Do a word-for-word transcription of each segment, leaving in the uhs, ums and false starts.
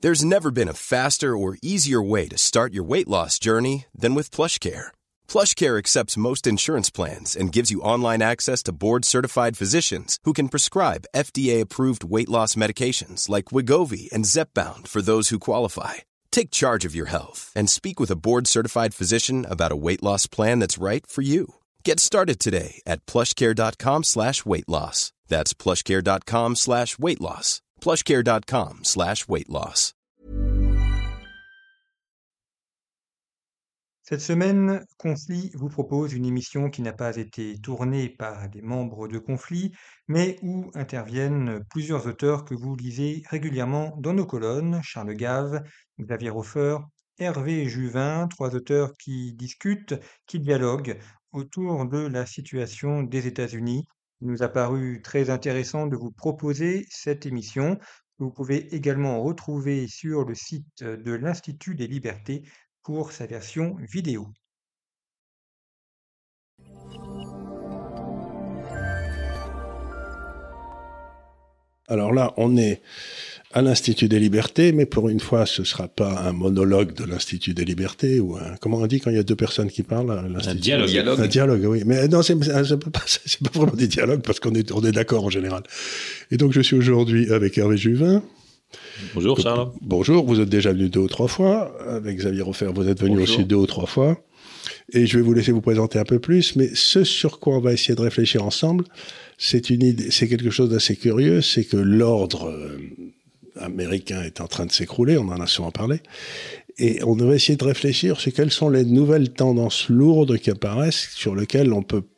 There's never been a faster or easier way to start your weight loss journey than with PlushCare. PlushCare accepts most insurance plans and gives you online access to board-certified physicians who can prescribe F D A-approved weight loss medications like Wegovy and Zepbound for those who qualify. Take charge of your health and speak with a board-certified physician about a weight loss plan that's right for you. Get started today at plushcare.com slash weight loss. That's plushcare.com slash weight loss. plushcare.com slash weight loss. Cette semaine, Conflit vous propose une émission qui n'a pas été tournée par des membres de Conflit, mais où interviennent plusieurs auteurs que vous lisez régulièrement dans nos colonnes, Charles Gave, Xavier Hofer, Hervé Juvin, trois auteurs qui discutent, qui dialoguent autour de la situation des États-Unis. Il nous a paru très intéressant de vous proposer cette émission que vous pouvez également retrouver sur le site de l'Institut des Libertés pour sa version vidéo. Alors là, on est à l'Institut des Libertés, mais pour une fois, ce ne sera pas un monologue de l'Institut des Libertés, ou un, comment on dit quand il y a deux personnes qui parlent à l'Institut? Un dialogue. dialogue. Un dialogue, oui. Mais non, c'est, c'est, pas, c'est pas vraiment des dialogues, parce qu'on est, on est d'accord en général. Et donc, je suis aujourd'hui avec Hervé Juvin. Bonjour Charles. Bonjour, vous êtes déjà venu deux ou trois fois. Avec Xavier Hofer, vous êtes venu Bonjour. aussi deux ou trois fois. Et je vais vous laisser vous présenter un peu plus, mais ce sur quoi on va essayer de réfléchir ensemble, c'est une idée, c'est quelque chose d'assez curieux, c'est que l'ordre euh, américain est en train de s'écrouler, on en a souvent parlé, et on va essayer de réfléchir sur quelles sont les nouvelles tendances lourdes qui apparaissent, sur lesquelles on peut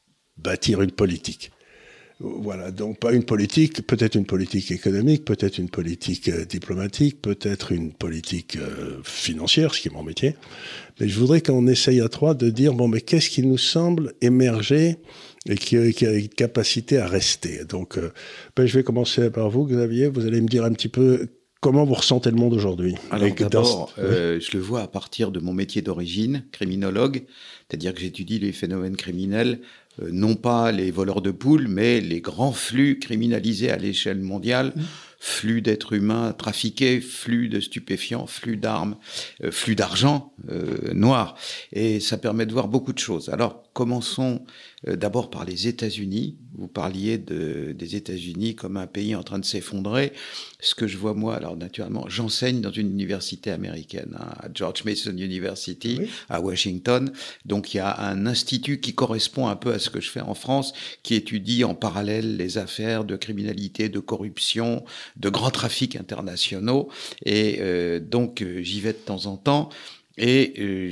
bâtir une politique. Voilà, donc pas une politique, peut-être une politique économique, peut-être une politique euh, diplomatique, peut-être une politique euh, financière, ce qui est mon métier. Mais je voudrais qu'on essaye à trois de dire, bon, mais qu'est-ce qui nous semble émerger et qui, qui a une capacité à rester. Donc, euh, ben, je vais commencer par vous, Xavier. Vous allez me dire un petit peu comment vous ressentez le monde aujourd'hui. Alors et d'abord, dans... euh, oui. je le vois à partir de mon métier d'origine, criminologue, c'est-à-dire que j'étudie les phénomènes criminels, euh, non pas les voleurs de poules, mais les grands flux criminalisés à l'échelle mondiale, mmh. flux d'êtres humains trafiqués, flux de stupéfiants, flux d'armes, euh, flux d'argent euh, noir. Et ça permet de voir beaucoup de choses. Alors, commençons euh, d'abord par les États-Unis. Vous parliez de, des États-Unis comme un pays en train de s'effondrer. Ce que je vois, moi, alors naturellement, j'enseigne dans une université américaine, hein, à George Mason University, oui. à Washington. Donc, il y a un institut qui correspond un peu à ce que je fais en France, qui étudie en parallèle les affaires de criminalité, de corruption, de grands trafics internationaux. Et euh, donc, euh, j'y vais de temps en temps. Et euh,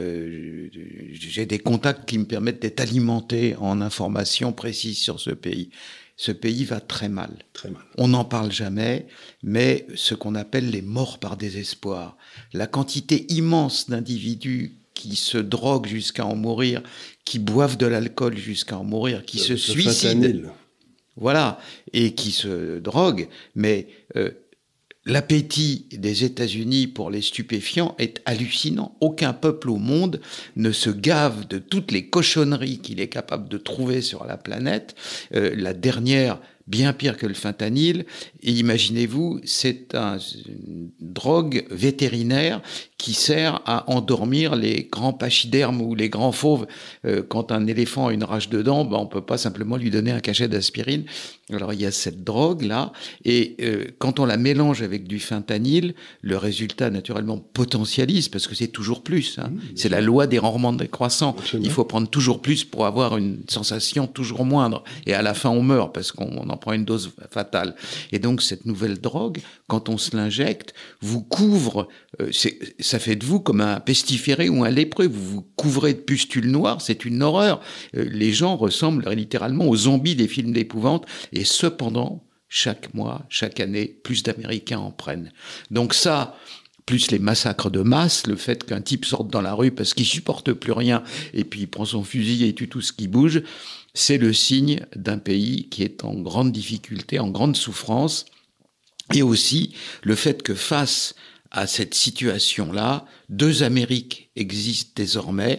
je, j'ai des contacts qui me permettent d'être alimenté en informations précises sur ce pays. Ce pays va très mal. Très mal. On n'en parle jamais, mais ce qu'on appelle les morts par désespoir, la quantité immense d'individus qui se droguent jusqu'à en mourir, qui boivent de l'alcool jusqu'à en mourir, qui le, se suicident, voilà, et qui se droguent, mais euh, l'appétit des États-Unis pour les stupéfiants est hallucinant. Aucun peuple au monde ne se gave de toutes les cochonneries qu'il est capable de trouver sur la planète. Euh, la dernière, bien pire que le fentanyl, et imaginez-vous, c'est un, une drogue vétérinaire qui sert à endormir les grands pachydermes ou les grands fauves. Euh, quand un éléphant a une rage de dents, ben on peut pas simplement lui donner un cachet d'aspirine. Alors il y a cette drogue-là, et euh, quand on la mélange avec du fentanyl, le résultat naturellement potentialise, parce que c'est toujours plus. Hein. Mmh, c'est la loi des rendements décroissants. Il faut prendre toujours plus pour avoir une sensation toujours moindre. Et à la fin, on meurt, parce qu'on en prend une dose fatale. Et donc cette nouvelle drogue, quand on se l'injecte, vous couvre... Euh, c'est, ça fait de vous comme un pestiféré ou un lépreux. Vous vous couvrez de pustules noires, c'est une horreur. Euh, les gens ressemblent littéralement aux zombies des films d'épouvante. Et cependant, chaque mois, chaque année, plus d'Américains en prennent. Donc ça, plus les massacres de masse, le fait qu'un type sorte dans la rue parce qu'il supporte plus rien et puis il prend son fusil et tue tout ce qui bouge, c'est le signe d'un pays qui est en grande difficulté, en grande souffrance. Et aussi le fait que face à cette situation-là, deux Amériques existent désormais,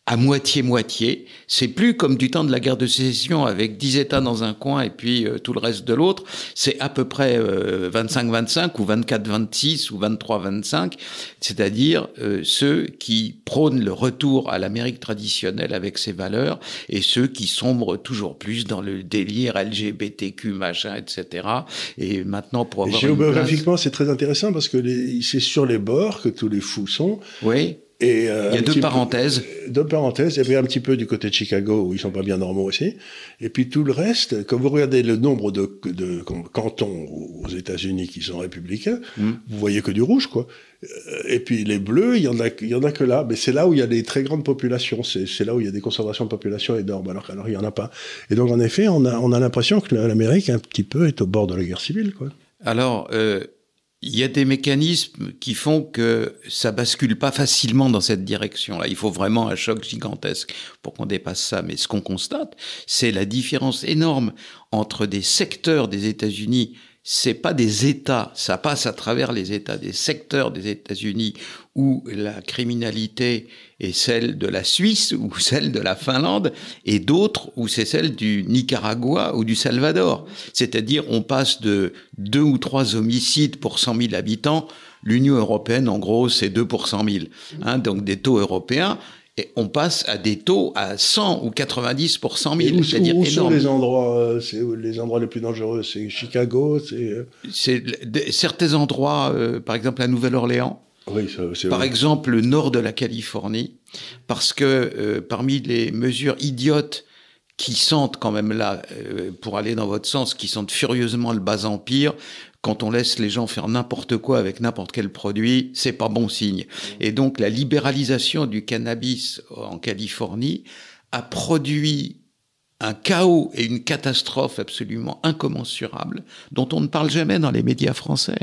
à moitié-moitié. C'est plus comme du temps de la guerre de sécession avec dix États dans un coin et puis euh, tout le reste de l'autre. C'est à peu près euh, vingt-cinq vingt-cinq ou vingt-quatre vingt-six ou vingt-trois vingt-cinq, c'est-à-dire euh, ceux qui prônent le retour à l'Amérique traditionnelle avec ses valeurs et ceux qui sombrent toujours plus dans le délire L G B T Q, machin, et cetera. Et maintenant, pour avoir géographiquement, place... c'est très intéressant parce que les, c'est sur les bords que tous les fous sont. Oui. Et, euh, il y a deux parenthèses. Peu, deux parenthèses. Et puis un petit peu du côté de Chicago où ils sont pas bien normaux aussi. Et puis tout le reste, quand vous regardez le nombre de, de cantons aux États-Unis qui sont républicains, mmh. vous voyez que du rouge, quoi. Et puis les bleus, il y en a, il y en a que là. Mais c'est là où il y a des très grandes populations. C'est, c'est là où il y a des concentrations de population énormes. Alors, alors il y en a pas. Et donc en effet, on a, on a l'impression que l'Amérique un petit peu est au bord de la guerre civile, quoi. Alors. Euh... Il y a des mécanismes qui font que ça bascule pas facilement dans cette direction-là. Il faut vraiment un choc gigantesque pour qu'on dépasse ça. Mais ce qu'on constate, c'est la différence énorme entre des secteurs des États-Unis. C'est pas des États, ça passe à travers les États, des secteurs des États-Unis où la criminalité est celle de la Suisse ou celle de la Finlande, et d'autres où c'est celle du Nicaragua ou du Salvador. C'est-à-dire, on passe de deux ou trois homicides pour cent mille habitants. L'Union européenne, en gros, c'est deux pour cent mille. Hein, donc des taux européens. Et on passe à des taux à cent ou quatre-vingt-dix pour cent mille. Où, c'est-à-dire où énorme. sont les endroits, euh, c'est les endroits les plus dangereux? C'est Chicago, c'est... Euh... C'est de, certains endroits, euh, par exemple la Nouvelle-Orléans. Oui, ça, c'est par vrai. exemple le nord de la Californie, parce que euh, parmi les mesures idiotes qui sentent quand même là, euh, pour aller dans votre sens, qui sentent furieusement le bas empire, quand on laisse les gens faire n'importe quoi avec n'importe quel produit, c'est pas bon signe. Et donc la libéralisation du cannabis en Californie a produit un chaos et une catastrophe absolument incommensurables dont on ne parle jamais dans les médias français.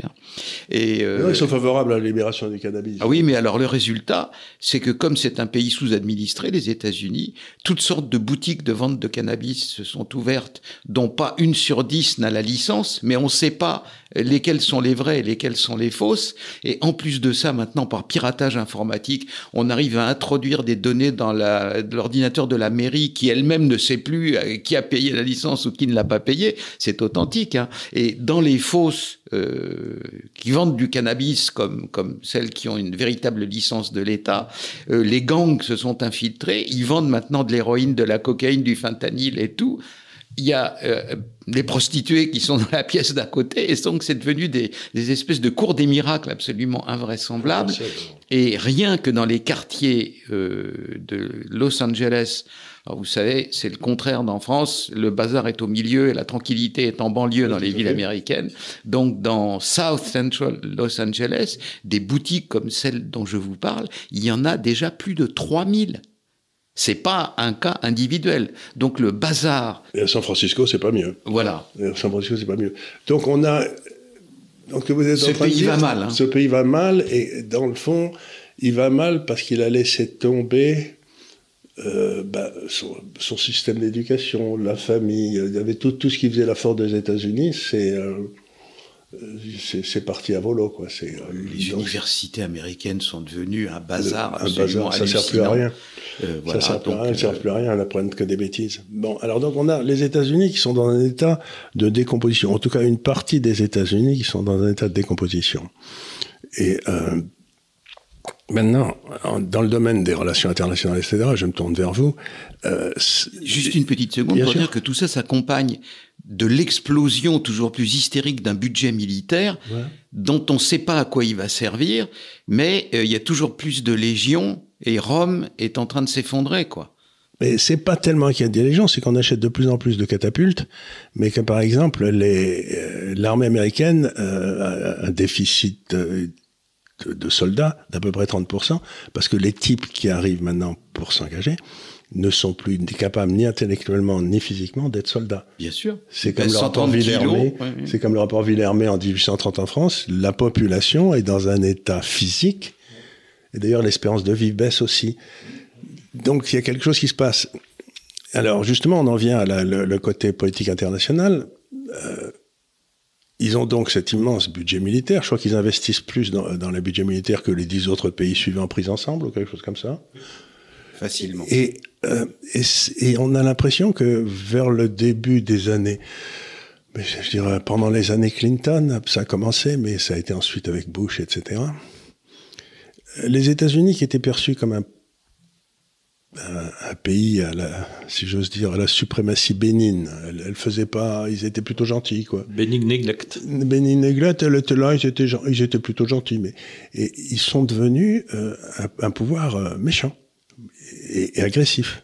Et euh... non, ils sont favorables à la libération du cannabis. Ah oui, mais alors le résultat, c'est que comme c'est un pays sous-administré, les États-Unis, toutes sortes de boutiques de vente de cannabis se sont ouvertes, dont pas une sur dix n'a la licence, mais on ne sait pas lesquelles sont les vraies et lesquelles sont les fausses. Et en plus de ça, maintenant, par piratage informatique, on arrive à introduire des données dans la, l'ordinateur de la mairie qui elle-même ne sait plus qui a payé la licence ou qui ne l'a pas payé. C'est authentique. Hein. Et dans les fausses euh, qui vendent du cannabis, comme, comme celles qui ont une véritable licence de l'État, euh, les gangs se sont infiltrés. Ils vendent maintenant de l'héroïne, de la cocaïne, du fentanyl et tout. Il y a euh, des prostituées qui sont dans la pièce d'à côté, et donc c'est devenu des, des espèces de cours des miracles absolument invraisemblables. Et rien que dans les quartiers euh, de Los Angeles, alors vous savez, c'est le contraire d'en France, le bazar est au milieu et la tranquillité est en banlieue dans les villes américaines. Donc dans South Central Los Angeles, des boutiques comme celle dont je vous parle, il y en a déjà plus de trois mille. C'est pas un cas individuel. Donc le bazar. Et à San Francisco, c'est pas mieux. Voilà. Et à San Francisco, c'est pas mieux. Donc on a. Donc vous êtes ce en train pays de dire, va mal. Hein. Ce pays va mal, et dans le fond, il va mal parce qu'il a laissé tomber euh, bah, son, son système d'éducation, la famille. Il y avait tout, tout ce qui faisait la force des États-Unis, c'est. Euh, C'est, c'est parti à volo, quoi. C'est, euh, les donc, universités américaines sont devenues un bazar un absolument bazar, ça hallucinant. sert plus à rien. Euh, voilà, ça sert plus donc, à rien, euh, ça sert plus à rien, elles n'apprennent que des bêtises. Bon, alors donc on a les États-Unis qui sont dans un état de décomposition. En tout cas, une partie des États-Unis qui sont dans un état de décomposition. Et euh, maintenant, dans le domaine des relations internationales, et cetera, je me tourne vers vous. Euh, Juste une petite seconde pour sûr. dire que tout ça s'accompagne de l'explosion toujours plus hystérique d'un budget militaire ouais. dont on ne sait pas à quoi il va servir, mais euh, il y a toujours plus de légions et Rome est en train de s'effondrer, quoi. Mais c'est pas tellement qu'il y a des légions, c'est qu'on achète de plus en plus de catapultes, mais que par exemple les, euh, l'armée américaine euh, a un déficit euh, de, de soldats d'à peu près trente pour cent, parce que les types qui arrivent maintenant pour s'engager ne sont plus capables ni intellectuellement ni physiquement d'être soldats. Bien sûr. C'est comme, le rapport Villermé, ouais, ouais. c'est comme le rapport Villermé en dix-huit cent trente en France. La population est dans un état physique, et d'ailleurs l'espérance de vie baisse aussi. Donc il y a quelque chose qui se passe. Alors justement, on en vient à la, le, le côté politique international. Euh, ils ont donc cet immense budget militaire. Je crois qu'ils investissent plus dans, dans le budget militaire que les dix autres pays suivants pris ensemble, ou quelque chose comme ça. facilement. Et, euh, et, et on a l'impression que vers le début des années, mais je dirais pendant les années Clinton, ça a commencé, mais ça a été ensuite avec Bush, et cetera. Les États-Unis qui étaient perçus comme un, un, un pays à la, si j'ose dire, à la suprématie bénigne. Elles, elles faisaient pas, ils étaient plutôt gentils, quoi. Benign neglect. Benign neglect, elle était là, ils étaient, ils étaient plutôt gentils, mais et ils sont devenus euh, un, un pouvoir euh, méchant et, et agressif.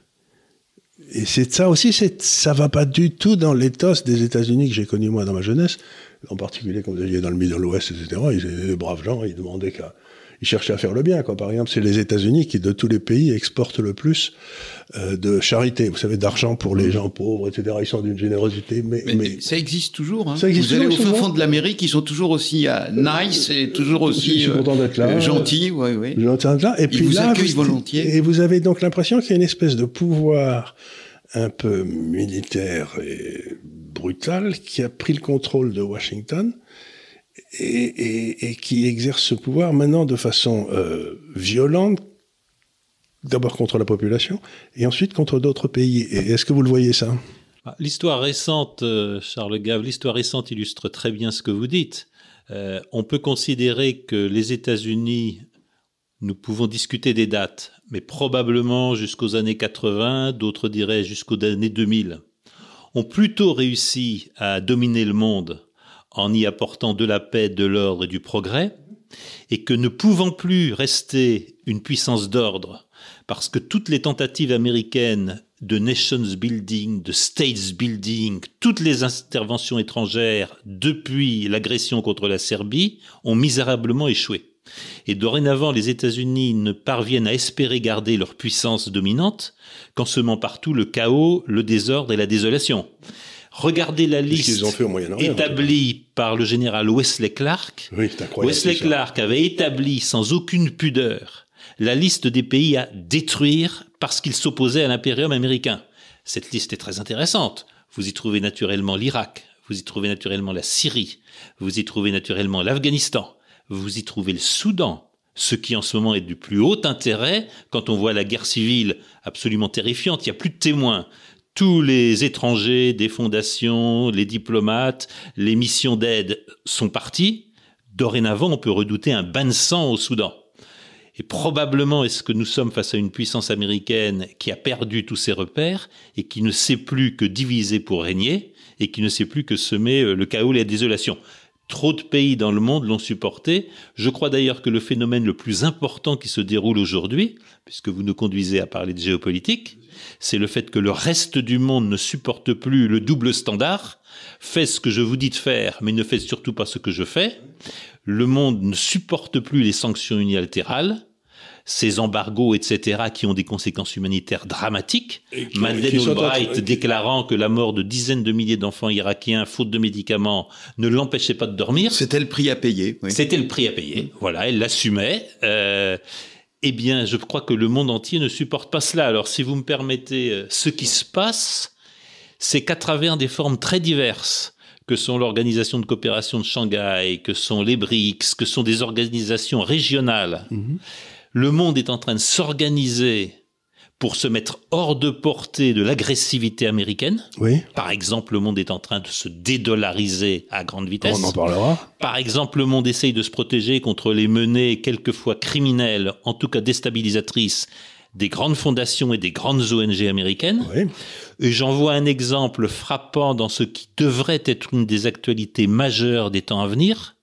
Et c'est ça aussi, c'est, ça va pas du tout dans l'éthos des États-Unis que j'ai connu moi dans ma jeunesse, en particulier quand vous alliez dans le Middle West, et cetera. Ils étaient des braves gens, ils demandaient qu'à Ils cherchaient à faire le bien, quoi. Par exemple, c'est les États-Unis qui, de tous les pays, exportent le plus euh, de charité. Vous savez, d'argent pour les gens pauvres, et cetera. Ils sont d'une générosité, mais, mais, mais... ça existe toujours. Hein. Ça existe Vous allez toujours, au fin souvent. fond de l'Amérique, ils sont toujours aussi euh, nice et toujours aussi Je suis content d'être là. euh, gentils. Ouais, ouais. Là. Et ils puis vous là, accueillent vous, volontiers. Et vous avez donc l'impression qu'il y a une espèce de pouvoir un peu militaire et brutal qui a pris le contrôle de Washington. Et, et, et qui exerce ce pouvoir maintenant de façon euh, violente, d'abord contre la population, et ensuite contre d'autres pays. Et est-ce que vous le voyez, ça ? L'histoire récente, euh, Charles Gave, l'histoire récente illustre très bien ce que vous dites. Euh, on peut considérer que les États-Unis, nous pouvons discuter des dates, mais probablement jusqu'aux années quatre-vingts, d'autres diraient jusqu'aux années deux mille, ont plutôt réussi à dominer le monde en y apportant de la paix, de l'ordre et du progrès, et que ne pouvant plus rester une puissance d'ordre, parce que toutes les tentatives américaines de nations building, de states building, toutes les interventions étrangères depuis l'agression contre la Serbie ont misérablement échoué. Et dorénavant, les États-Unis ne parviennent à espérer garder leur puissance dominante qu'en semant partout le chaos, le désordre et la désolation. Regardez la liste ont fait au Moyen-Orient, établie par le général Wesley Clark. Oui, c'est incroyable. Wesley Clark avait établi sans aucune pudeur la liste des pays à détruire parce qu'ils s'opposaient à l'impérium américain. Cette liste est très intéressante. Vous y trouvez naturellement l'Irak, vous y trouvez naturellement la Syrie, vous y trouvez naturellement l'Afghanistan, vous y trouvez le Soudan, ce qui en ce moment est du plus haut intérêt quand on voit la guerre civile absolument terrifiante. Il n'y a plus de témoins. Tous les étrangers, des fondations, les diplomates, les missions d'aide sont partis. Dorénavant, on peut redouter un bain de sang au Soudan. Et probablement est-ce que nous sommes face à une puissance américaine qui a perdu tous ses repères et qui ne sait plus que diviser pour régner et qui ne sait plus que semer le chaos et la désolation. Trop de pays dans le monde l'ont supporté. Je crois d'ailleurs que le phénomène le plus important qui se déroule aujourd'hui, puisque vous nous conduisez à parler de géopolitique, c'est le fait que le reste du monde ne supporte plus le double standard, fait ce que je vous dis de faire, mais ne fait surtout pas ce que je fais. Le monde ne supporte plus les sanctions unilatérales, ces embargos, et cetera, qui ont des conséquences humanitaires dramatiques. Madeleine Albright déclarant que la mort de dizaines de milliers d'enfants irakiens, faute de médicaments, ne l'empêchait pas de dormir. C'était le prix à payer. Oui. C'était le prix à payer. Voilà, elle l'assumait. Euh, eh bien, je crois que le monde entier ne supporte pas cela. Alors, si vous me permettez, ce qui se passe, c'est qu'à travers des formes très diverses, que sont l'Organisation de coopération de Shanghai, que sont les B R I C S, que sont des organisations régionales, mmh. Le monde est en train de s'organiser pour se mettre hors de portée de l'agressivité américaine. Oui. Par exemple, le monde est en train de se dédollariser à grande vitesse. On en parlera. Par exemple, le monde essaye de se protéger contre les menées quelquefois criminelles, en tout cas déstabilisatrices, des grandes fondations et des grandes O N G américaines. Oui. Et j'en vois un exemple frappant dans ce qui devrait être une des actualités majeures des temps à venir.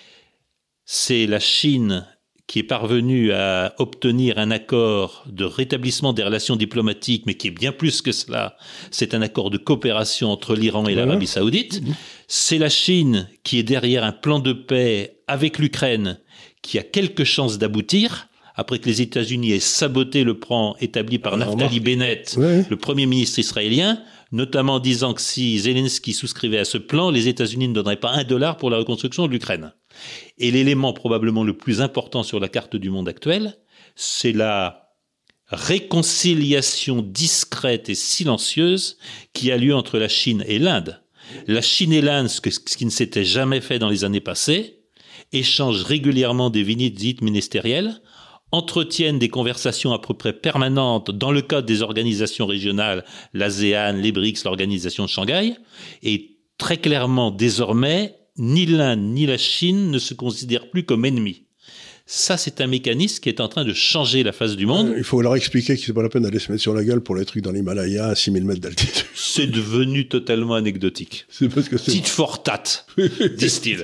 C'est la Chine qui est parvenue à obtenir un accord de rétablissement des relations diplomatiques, mais qui est bien plus que cela. C'est un accord de coopération entre l'Iran et l'Arabie Saoudite. Mmh. C'est la Chine qui est derrière un plan de paix avec l'Ukraine, qui a quelques chances d'aboutir, après que les États-Unis aient saboté le plan établi par Alors, Naftali Bennett, ouais. le premier ministre israélien, notamment disant que si Zelensky souscrivait à ce plan, les États-Unis ne donneraient pas un dollar pour la reconstruction de l'Ukraine. Et l'élément probablement le plus important sur la carte du monde actuel, c'est la réconciliation discrète et silencieuse qui a lieu entre la Chine et l'Inde. La Chine et l'Inde, ce qui ne s'était jamais fait dans les années passées, échangent régulièrement des visites ministérielles entretiennent des conversations à peu près permanentes dans le cadre des organisations régionales, l'ASEAN, les BRICS, l'organisation de Shanghai, et très clairement, désormais, ni l'Inde ni la Chine ne se considèrent plus comme ennemis. Ça, c'est un mécanisme qui est en train de changer la face du monde. Euh, il faut leur expliquer que c'est pas la peine d'aller se mettre sur la gueule pour les trucs dans l'Himalaya à six mille mètres d'altitude. C'est devenu totalement anecdotique. C'est parce que c'est... Tit for tat, disent-ils.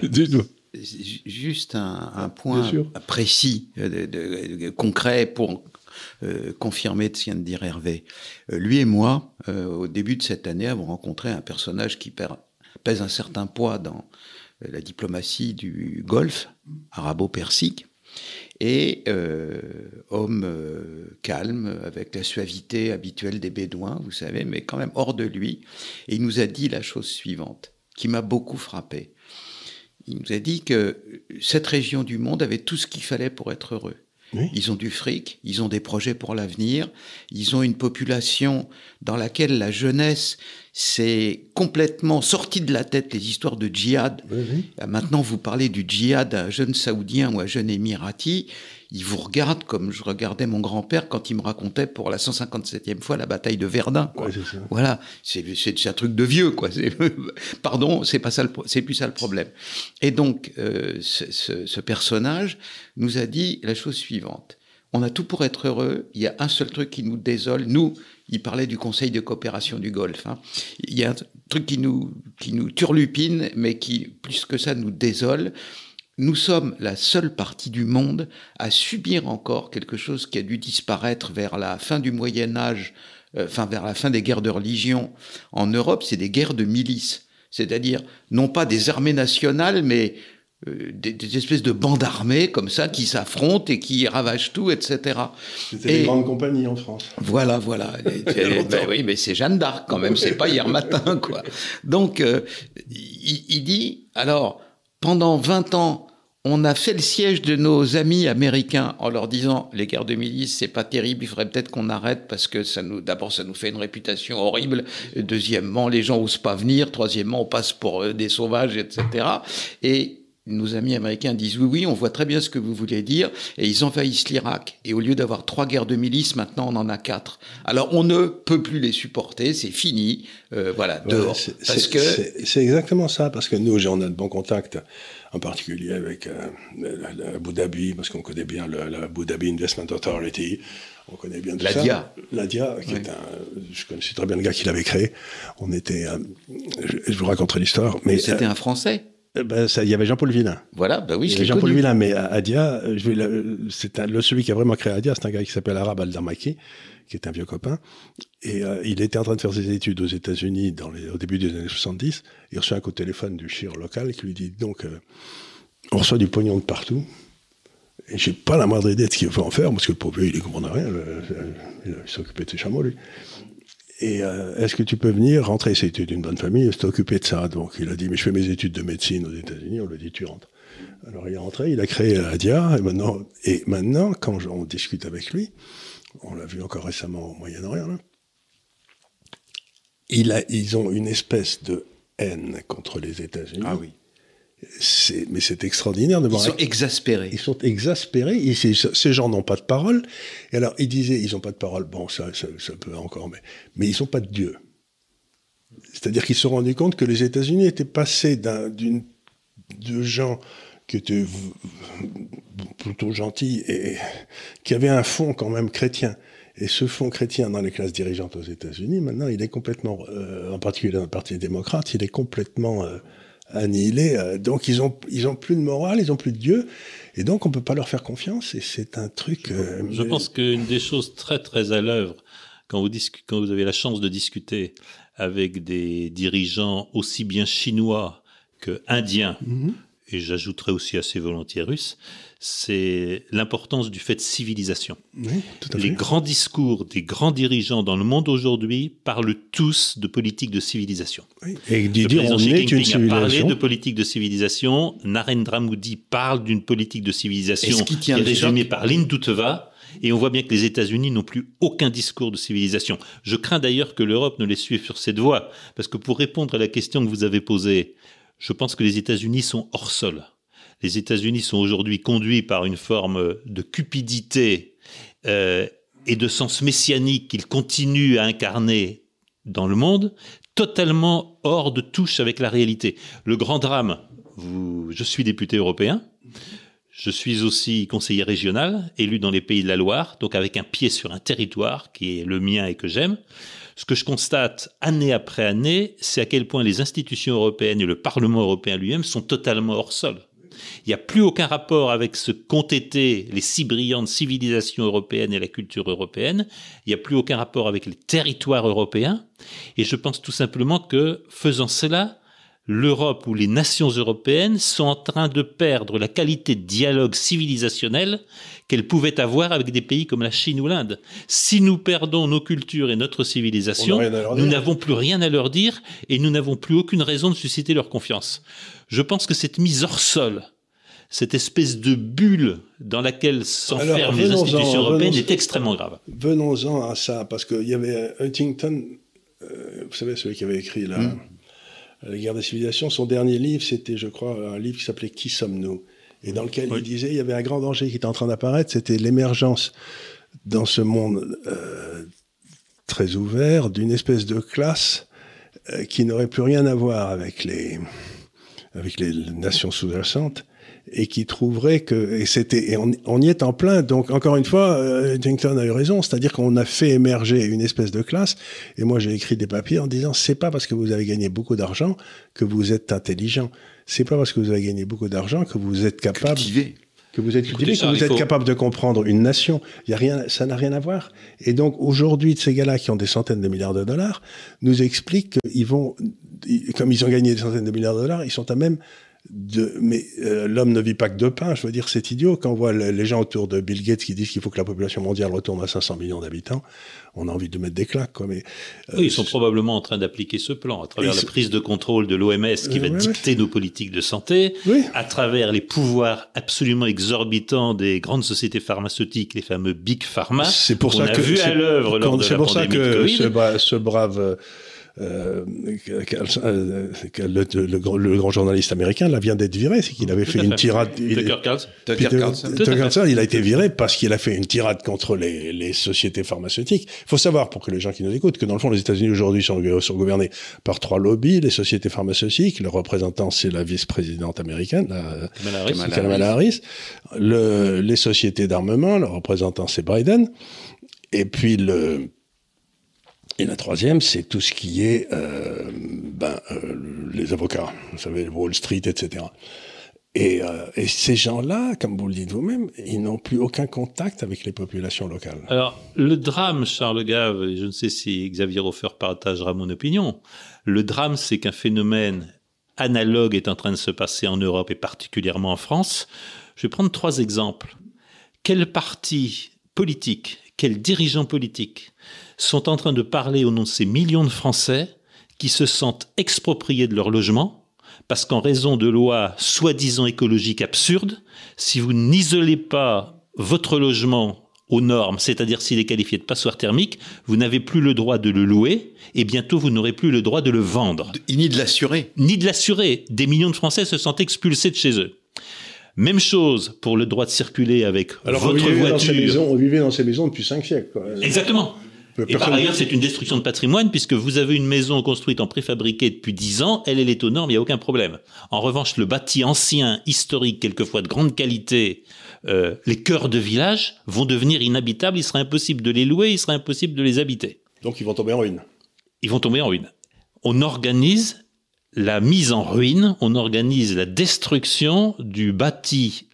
Juste un, un point précis, de, de, de, concret pour euh, confirmer ce que vient de dire Hervé. Euh, lui et moi, euh, au début de cette année, avons rencontré un personnage qui perd, pèse un certain poids dans euh, la diplomatie du Golfe arabo-persique. Et euh, homme euh, calme, avec la suavité habituelle des Bédouins, vous savez, mais quand même hors de lui. Et il nous a dit la chose suivante, qui m'a beaucoup frappé. Il nous a dit que cette région du monde avait tout ce qu'il fallait pour être heureux. Oui. Ils ont du fric, ils ont des projets pour l'avenir, ils ont une population dans laquelle la jeunesse s'est complètement sortie de la tête les histoires de djihad. Oui, oui. Maintenant, vous parlez du djihad à un jeune Saoudien ou à un jeune Émirati, il vous regarde comme je regardais mon grand-père quand il me racontait pour la cent cinquante-septième fois la bataille de Verdun. Quoi. Ouais, c'est ça. Voilà, c'est, c'est, c'est un truc de vieux, quoi. C'est, pardon, c'est pas ça, le, c'est plus ça le problème. Et donc, euh, ce, ce, ce personnage nous a dit la chose suivante. On a tout pour être heureux, il y a un seul truc qui nous désole. Nous, il parlait du Conseil de coopération du Golfe. Hein. Il y a un truc qui nous, qui nous turlupine, mais qui, plus que ça, nous désole. Nous sommes la seule partie du monde à subir encore quelque chose qui a dû disparaître vers la fin du Moyen-Âge, euh, enfin vers la fin des guerres de religion en Europe, c'est des guerres de milices. C'est-à-dire, non pas des armées nationales, mais euh, des, des espèces de bandes armées comme ça qui s'affrontent et qui ravagent tout, et cetera. C'était et, des grandes compagnies en France. Voilà, voilà. et, ben oui, mais c'est Jeanne d'Arc quand même, c'est pas hier matin, quoi. Donc, euh, il, il dit, alors, pendant vingt ans, on a fait le siège de nos amis américains en leur disant les guerres de milices, c'est pas terrible, il faudrait peut-être qu'on arrête parce que ça nous, d'abord, ça nous fait une réputation horrible. Deuxièmement, les gens osent pas venir. Troisièmement, on passe pour des sauvages, et cetera. Et nos amis américains disent oui, oui, on voit très bien ce que vous voulez dire, et ils envahissent l'Irak. Et au lieu d'avoir trois guerres de milices, maintenant on en a quatre. Alors on ne peut plus les supporter, c'est fini, euh, voilà, ouais, dehors. C'est, parce c'est, que c'est, c'est exactement ça, parce que nous, on a de bons contacts, en particulier avec euh, Abu Dhabi, parce qu'on connaît bien le, le Abu Dhabi Investment Authority. On connaît bien tout la ça. D I A. La D I A, qui oui. est un, je connaissais très bien le gars qui l'avait créé. On était, euh, je, je vous raconterai l'histoire, mais c'était euh, un Français. Ben, ça, il y avait Jean-Paul Villain. Voilà, ben oui, il je l'ai l'ai Jean-Paul connu. Villain, mais Adia, je vais, c'est un, le, celui qui a vraiment créé Adia, c'est un gars qui s'appelle Arab Al-Darmaki, qui est un vieux copain. Et euh, il était en train de faire ses études aux États-Unis dans les, au début des années soixante-dix. Il reçoit un coup de téléphone du chir local qui lui dit donc, euh, on reçoit du pognon de partout. Et j'ai pas la moindre idée de ce qu'il faut en faire, parce que le pauvre, il ne comprenait rien. Le, il, il s'occupait de ses chameaux, lui. Et euh, est-ce que tu peux venir rentrer? C'était d'une bonne famille, s'est occupé de ça. Donc il a dit, mais je fais mes études de médecine aux États-Unis. On lui a dit, tu rentres. Alors il est rentré, il a créé Adia. Et maintenant, et maintenant quand on discute avec lui, on l'a vu encore récemment au Moyen-Orient, là, il a, ils ont une espèce de haine contre les États-Unis. Ah oui. C'est, mais c'est extraordinaire de voir. Ils sont exaspérés. Ils sont exaspérés. Et ces, ces gens n'ont pas de parole. Et alors, ils disaient, ils n'ont pas de parole. Bon, ça, ça, ça peut encore, mais, mais ils n'ont pas de Dieu. C'est-à-dire qu'ils se sont rendus compte que les États-Unis étaient passés d'un, d'une, de gens qui étaient v- plutôt gentils et qui avaient un fond quand même chrétien. Et ce fond chrétien dans les classes dirigeantes aux États-Unis, maintenant, il est complètement, euh, en particulier dans le Parti démocrate, il est complètement euh, annihilé. Donc ils ont ils ont plus de morale, ils ont plus de Dieu, et donc on peut pas leur faire confiance. Et c'est un truc. Euh, Je mais... pense qu'une des choses très très à l'œuvre quand vous discu- quand vous avez la chance de discuter avec des dirigeants aussi bien chinois que indiens, mm-hmm. et j'ajouterais aussi assez volontiers russes, c'est l'importance du fait de civilisation. Oui, tout à Les fait. grands discours des grands dirigeants dans le monde aujourd'hui parlent tous de politique de civilisation. Oui. Et Didier, on est une civilisation. A parlé de politique de civilisation. Narendra Modi parle d'une politique de civilisation qui, qui est résumée par Lindutva. Et on voit bien que les États-Unis n'ont plus aucun discours de civilisation. Je crains d'ailleurs que l'Europe ne les suive sur cette voie. Parce que pour répondre à la question que vous avez posée, je pense que les États-Unis sont hors sol. Les États-Unis sont aujourd'hui conduits par une forme de cupidité euh, et de sens messianique qu'ils continuent à incarner dans le monde, totalement hors de touche avec la réalité. Le grand drame, vous, je suis député européen, je suis aussi conseiller régional, élu dans les Pays de la Loire, donc avec un pied sur un territoire qui est le mien et que j'aime. Ce que je constate année après année, c'est à quel point les institutions européennes et le Parlement européen lui-même sont totalement hors sol. Il n'y a plus aucun rapport avec ce qu'ont été les si brillantes civilisations européennes et la culture européenne. Il n'y a plus aucun rapport avec les territoires européens. Et je pense tout simplement que, faisant cela, l'Europe ou les nations européennes sont en train de perdre la qualité de dialogue civilisationnel qu'elles pouvaient avoir avec des pays comme la Chine ou l'Inde. Si nous perdons nos cultures et notre civilisation, nous n'avons plus rien à leur dire et nous n'avons plus aucune raison de susciter leur confiance. Je pense que cette mise hors sol, cette espèce de bulle dans laquelle s'enferment les institutions européennes est extrêmement grave. Venons-en à ça, parce qu'il y avait Huntington, euh, vous savez, celui qui avait écrit la, mmh. la guerre des civilisations, son dernier livre, c'était, je crois, un livre qui s'appelait « Qui sommes-nous » et dans lequel oui. il disait il y avait un grand danger qui était en train d'apparaître, c'était l'émergence dans ce monde euh, très ouvert d'une espèce de classe euh, qui n'aurait plus rien à voir avec les, avec les nations sous-jacentes, et qui trouverait que, et c'était, et on, on y est en plein, donc encore une fois, euh, Huntington a eu raison, c'est-à-dire qu'on a fait émerger une espèce de classe, et moi j'ai écrit des papiers en disant, c'est pas parce que vous avez gagné beaucoup d'argent que vous êtes intelligent, c'est pas parce que vous avez gagné beaucoup d'argent que vous êtes capable... Cultivé. que vous êtes cultivé, que vous êtes capable de comprendre une nation. Il y a rien, ça n'a rien à voir. Et donc, aujourd'hui, de ces gars-là qui ont des centaines de milliards de dollars, nous expliquent qu'ils vont, comme ils ont gagné des centaines de milliards de dollars, ils sont à même de, mais euh, l'homme ne vit pas que de pain, je veux dire, c'est idiot. Quand on voit le, les gens autour de Bill Gates qui disent qu'il faut que la population mondiale retourne à cinq cents millions d'habitants, on a envie de mettre des claques, quoi. Mais, euh, oui, ils sont probablement en train d'appliquer ce plan à travers la prise de contrôle de l'O M S qui euh, va ouais, dicter ouais. nos politiques de santé, oui. à travers les pouvoirs absolument exorbitants des grandes sociétés pharmaceutiques, les fameux Big Pharma. C'est pour qu'on ça a que vu à l'œuvre lors de la pandémie de Covid. C'est pour ça que ce, bra- ce brave Euh, euh, le, le, le, le grand journaliste américain là vient d'être viré, c'est qu'il avait fait une tirade. Tucker Carlson. Tucker Carlson. Tucker Carlson, il a été viré parce qu'il a fait une tirade contre les, les sociétés pharmaceutiques. Il faut savoir, pour que les gens qui nous écoutent, que dans le fond, les États-Unis aujourd'hui sont, sont gouvernés par trois lobbies, les sociétés pharmaceutiques. Le représentant, c'est la vice-présidente américaine, la, Kamala Harris. Kamala Harris. Le, les sociétés d'armement, le représentant, c'est Biden. Et puis le Et la troisième, c'est tout ce qui est euh, ben, euh, les avocats, vous savez, Wall Street, et cetera. Et, euh, et ces gens-là, comme vous le dites vous-même, ils n'ont plus aucun contact avec les populations locales. Alors, le drame, Charles Gave, et je ne sais si Xavier Hofer partagera mon opinion, le drame, c'est qu'un phénomène analogue est en train de se passer en Europe et particulièrement en France. Je vais prendre trois exemples. Quel parti politique, quels dirigeants politiques sont en train de parler au nom de ces millions de Français qui se sentent expropriés de leur logement parce qu'en raison de lois soi-disant écologiques absurdes, si vous n'isolez pas votre logement aux normes, c'est-à-dire s'il est qualifié de passoire thermique, vous n'avez plus le droit de le louer et bientôt vous n'aurez plus le droit de le vendre. Ni de l'assurer. Ni de l'assurer. Des millions de Français se sentent expulsés de chez eux. Même chose pour le droit de circuler avec Alors, votre on voiture. Dans ces maisons, on vivait dans ces maisons depuis cinq siècles. Quoi. Exactement. Et par ailleurs, c'est une destruction de patrimoine puisque vous avez une maison construite en préfabriqué depuis dix ans, elle, elle est aux normes, il n'y a aucun problème. En revanche, le bâti ancien, historique, quelquefois de grande qualité, euh, les cœurs de village vont devenir inhabitables, il sera impossible de les louer, il sera impossible de les habiter. Donc ils vont tomber en ruine. Ils vont tomber en ruine. On organise la mise en ruine, on organise la destruction du bâti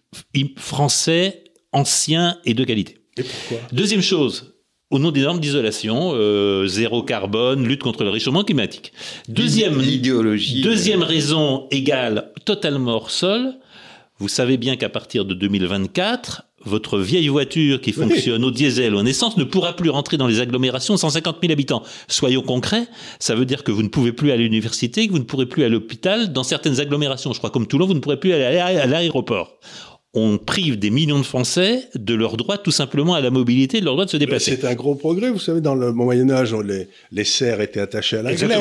français ancien et de qualité. Et pourquoi ? Deuxième chose, au nom des normes d'isolation, euh, zéro carbone, lutte contre le réchauffement climatique. Deuxième, L'idéologie. Deuxième euh... raison égale totalement hors sol. Vous savez bien qu'à partir de deux mille vingt-quatre, votre vieille voiture qui fonctionne oui. au diesel ou en essence ne pourra plus rentrer dans les agglomérations de cent cinquante mille habitants. Soyons concrets, ça veut dire que vous ne pouvez plus aller à l'université, que vous ne pourrez plus aller à l'hôpital. Dans certaines agglomérations, je crois comme Toulon, vous ne pourrez plus aller à l'aéroport. On prive des millions de Français de leur droit tout simplement à la mobilité, de leur droit de se déplacer. C'est un gros progrès, vous savez, dans le Moyen-Âge, les, les serfs étaient attachés à la Exactement. glèbe.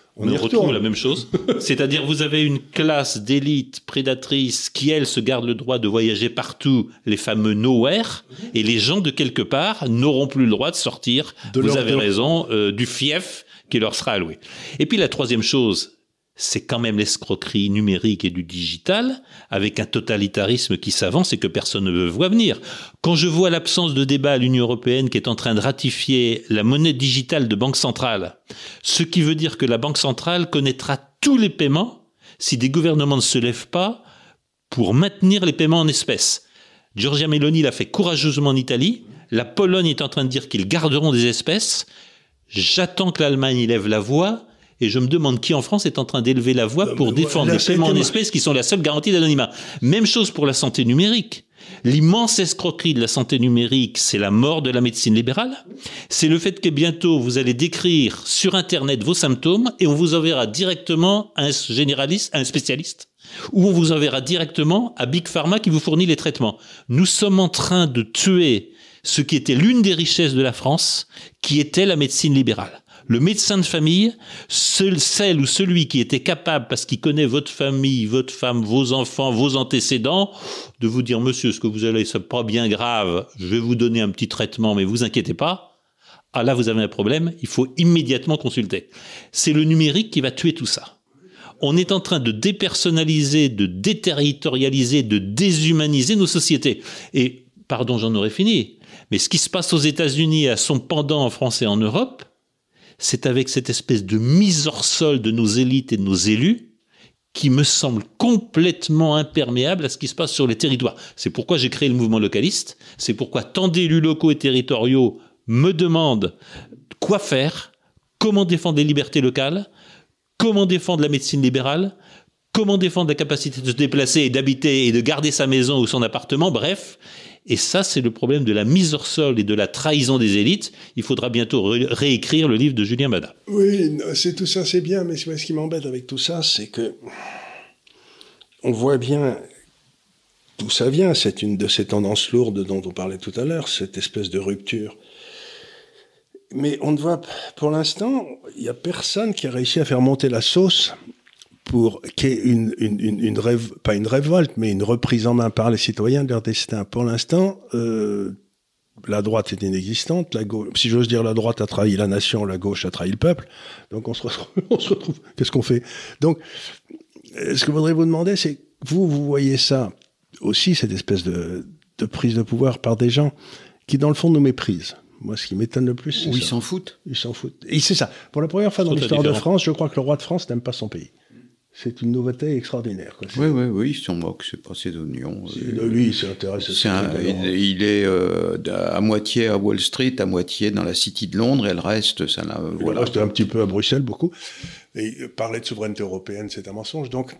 On, on retrouve la même chose. C'est-à-dire, vous avez une classe d'élite prédatrice qui, elle, se garde le droit de voyager partout, les fameux nowhere, et les gens de quelque part n'auront plus le droit de sortir, de vous avez raison, euh, du fief qui leur sera alloué. Et puis la troisième chose, c'est quand même l'escroquerie numérique et du digital, avec un totalitarisme qui s'avance et que personne ne voit venir. Quand je vois l'absence de débat à l'Union européenne qui est en train de ratifier la monnaie digitale de banque centrale, ce qui veut dire que la banque centrale connaîtra tous les paiements si des gouvernements ne se lèvent pas pour maintenir les paiements en espèces. Giorgia Meloni l'a fait courageusement en Italie, la Pologne est en train de dire qu'ils garderont des espèces, j'attends que l'Allemagne lève la voix. Et je me demande qui en France est en train d'élever la voix pour défendre les paiements en espèces qui sont la seule garantie d'anonymat. Même chose pour la santé numérique. L'immense escroquerie de la santé numérique, c'est la mort de la médecine libérale. C'est le fait que bientôt vous allez décrire sur Internet vos symptômes et on vous enverra directement à un généraliste, à un spécialiste, ou on vous enverra directement à Big Pharma qui vous fournit les traitements. Nous sommes en train de tuer ce qui était l'une des richesses de la France, qui était la médecine libérale. Le médecin de famille, seul, celle ou celui qui était capable, parce qu'il connaît votre famille, votre femme, vos enfants, vos antécédents, de vous dire, monsieur, ce que vous allez, c'est pas bien grave, je vais vous donner un petit traitement, mais vous inquiétez pas. Ah là, vous avez un problème, il faut immédiatement consulter. C'est le numérique qui va tuer tout ça. On est en train de dépersonnaliser, de déterritorialiser, de déshumaniser nos sociétés. Et, pardon, j'en aurais fini, mais ce qui se passe aux États-Unis à son pendant en France et en Europe, c'est avec cette espèce de mise hors sol de nos élites et de nos élus qui me semble complètement imperméable à ce qui se passe sur les territoires. C'est pourquoi j'ai créé le mouvement localiste, c'est pourquoi tant d'élus locaux et territoriaux me demandent quoi faire, comment défendre les libertés locales, comment défendre la médecine libérale, comment défendre la capacité de se déplacer et d'habiter et de garder sa maison ou son appartement, bref. Et ça, c'est le problème de la mise hors sol et de la trahison des élites. Il faudra bientôt ré- réécrire le livre de Julien Badat. Oui, c'est tout ça, c'est bien, mais ce qui m'embête avec tout ça, c'est que on voit bien d'où ça vient. C'est une de ces tendances lourdes dont on parlait tout à l'heure, cette espèce de rupture. Mais on ne voit, pour l'instant, il n'y a personne qui a réussi à faire monter la sauce pour qu'il y ait une, une, une, une rêve, pas une révolte, mais une reprise en main par les citoyens de leur destin. Pour l'instant, euh, la droite est inexistante, la gauche, si j'ose dire, la droite a trahi la nation, la gauche a trahi le peuple. Donc on se retrouve, on se retrouve, qu'est-ce qu'on fait? Donc, ce que je voudrais vous demander, c'est, vous, vous voyez ça aussi, cette espèce de, de prise de pouvoir par des gens qui, dans le fond, nous méprisent. Moi, ce qui m'étonne le plus, c'est Ou ça. ils s'en foutent. Ils s'en foutent. Et c'est ça. Pour la première fois dans l'histoire de France, je crois que le roi de France n'aime pas son pays. C'est une nouveauté extraordinaire. Quoi. Oui, oui, oui, il s'en moque, c'est pas ses oignons. Euh, lui, il s'intéresse c'est un, il, il est euh, à moitié à Wall Street, à moitié dans la City de Londres, et le reste, ça n'a... Euh, voilà. Il reste un petit peu à Bruxelles, beaucoup. Et parler de souveraineté européenne, c'est un mensonge. Donc,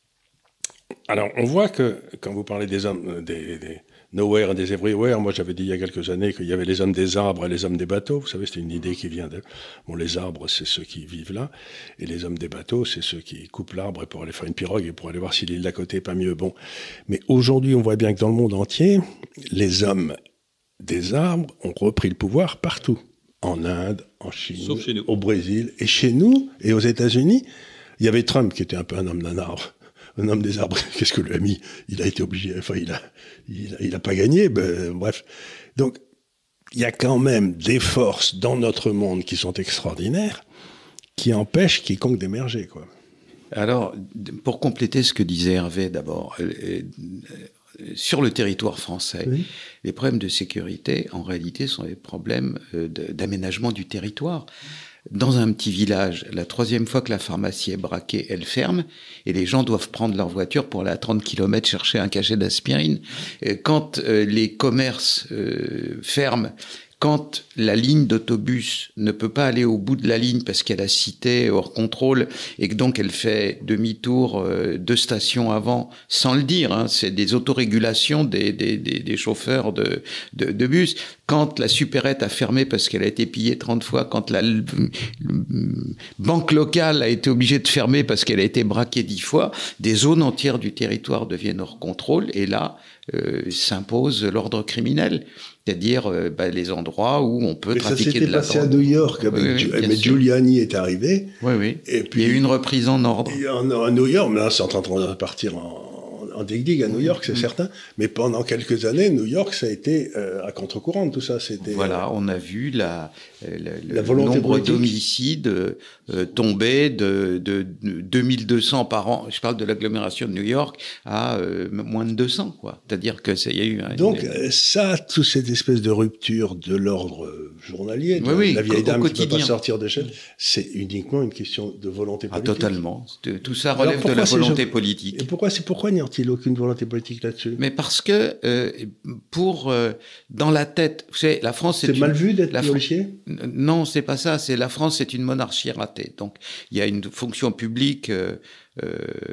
alors, on voit que, quand vous parlez des hommes, des, des nowhere et des everywhere, moi j'avais dit il y a quelques années qu'il y avait les hommes des arbres et les hommes des bateaux. Vous savez, c'est une idée qui vient de... Bon, les arbres, c'est ceux qui vivent là, et les hommes des bateaux, c'est ceux qui coupent l'arbre pour aller faire une pirogue et pour aller voir si l'île d'à côté est pas mieux. Bon, mais aujourd'hui, on voit bien que dans le monde entier, les hommes des arbres ont repris le pouvoir partout. En Inde, en Chine, au Brésil, et chez nous, et aux États-Unis, il y avait Trump qui était un peu un homme d'un arbre. Un homme des arbres, qu'est-ce que lui a mis? Il a été obligé, enfin, il a, il a, il a pas gagné, ben, bref. Donc, il y a quand même des forces dans notre monde qui sont extraordinaires, qui empêchent quiconque d'émerger, quoi. Alors, pour compléter ce que disait Hervé d'abord, euh, sur le territoire français, oui. Les problèmes de sécurité, en réalité, sont des problèmes euh, de, d'aménagement du territoire. Dans un petit village, la troisième fois que la pharmacie est braquée, elle ferme, et les gens doivent prendre leur voiture pour aller à trente kilomètres chercher un cachet d'aspirine. Quand euh, les commerces euh, ferment, quand la ligne d'autobus ne peut pas aller au bout de la ligne parce qu'elle a cité hors contrôle et que donc elle fait demi-tour euh, deux stations avant, sans le dire, hein, c'est des autorégulations des, des, des, des chauffeurs de, de, de bus. Quand la supérette a fermé parce qu'elle a été pillée trente fois, quand la l- l- banque locale a été obligée de fermer parce qu'elle a été braquée dix fois, des zones entières du territoire deviennent hors contrôle et là, euh, s'impose l'ordre criminel, c'est-à-dire euh, bah, les endroits où on peut mais trafiquer de la drogue. Ça s'était passé à New York, avec oui, oui, mais Giuliani est arrivé. Oui, oui. Et puis, il y a eu une reprise en ordre. À New York, mais là, c'est en train de partir en... en dig-dig à New York, c'est mmh. certain. Mais pendant quelques années, New York, ça a été euh, à contre-courant, tout ça. C'était, voilà, euh, on a vu la, la, la le nombre d'homicides euh, tomber de, de, de deux mille deux cents par an. Je parle de l'agglomération de New York à euh, moins de deux cents, quoi. C'est-à-dire que ça y a eu. Un, Donc une... ça, toute cette espèce de rupture de l'ordre journalier, oui, oui, la vieille dame qui ne peut pas sortir de chez elle, c'est uniquement une question de volonté politique. Ah, totalement. Tout ça relève de la volonté je... politique. Et pourquoi c'est pourquoi n'y a-t-il aucune volonté politique là-dessus? Mais parce que euh, pour euh, dans la tête, vous savez, la France c'est, c'est une, mal vu d'être la policier. Non, c'est pas ça. C'est la France, c'est une monarchie ratée. Donc il y a une fonction publique euh, euh,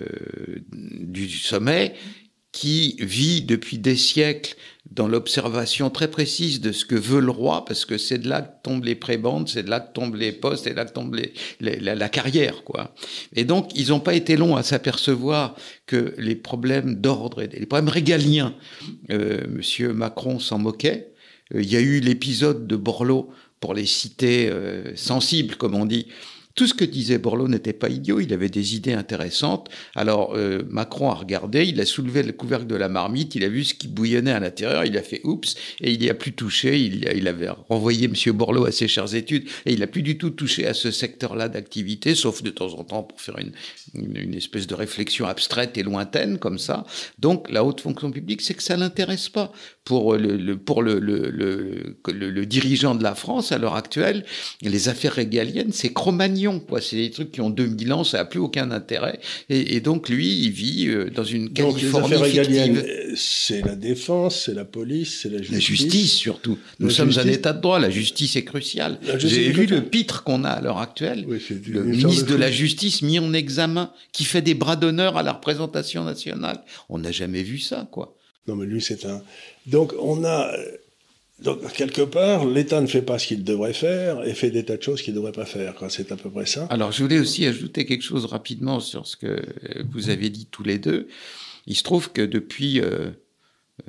du sommet qui vit depuis des siècles dans l'observation très précise de ce que veut le roi, parce que c'est de là que tombent les prébendes, c'est de là que tombent les postes, c'est de là que tombe les, les, la, la carrière, quoi. Et donc, ils n'ont pas été longs à s'apercevoir que les problèmes d'ordre, et les problèmes régaliens, euh, Monsieur Macron s'en moquait. Euh, il y a eu l'épisode de Borloo, pour les cités euh, sensibles, comme on dit. Tout ce que disait Borloo n'était pas idiot, il avait des idées intéressantes. Alors euh, Macron a regardé, il a soulevé le couvercle de la marmite, il a vu ce qui bouillonnait à l'intérieur, il a fait oups, et il n'y a plus touché, il, il avait renvoyé M. Borloo à ses chères études, et il n'a plus du tout touché à ce secteur-là d'activité, sauf de temps en temps pour faire une, une, une espèce de réflexion abstraite et lointaine, comme ça. Donc la haute fonction publique, c'est que ça ne l'intéresse pas. Pour le, le, pour le, le, le, le, le dirigeant de la France, à l'heure actuelle, les affaires régaliennes, c'est Cro-Magnon, quoi. C'est des trucs qui ont deux mille ans, ça n'a plus aucun intérêt. Et, et donc, lui, il vit dans une Californie donc, les affaires régaliennes, fictive. C'est la défense, c'est la police, c'est la justice. La justice, surtout. Nous la sommes justice. un état de droit. La justice est cruciale. La Vous avez vu le pitre qu'on a à l'heure actuelle? Oui, c'est le ministre de, de la Justice mis en examen, qui fait des bras d'honneur à la représentation nationale. On n'a jamais vu ça, quoi. Non, mais lui, c'est un... Donc, on a... Donc, quelque part, l'État ne fait pas ce qu'il devrait faire et fait des tas de choses qu'il ne devrait pas faire. Quoi. C'est à peu près ça. Alors, je voulais aussi ajouter quelque chose rapidement sur ce que vous avez dit tous les deux. Il se trouve que depuis euh, euh,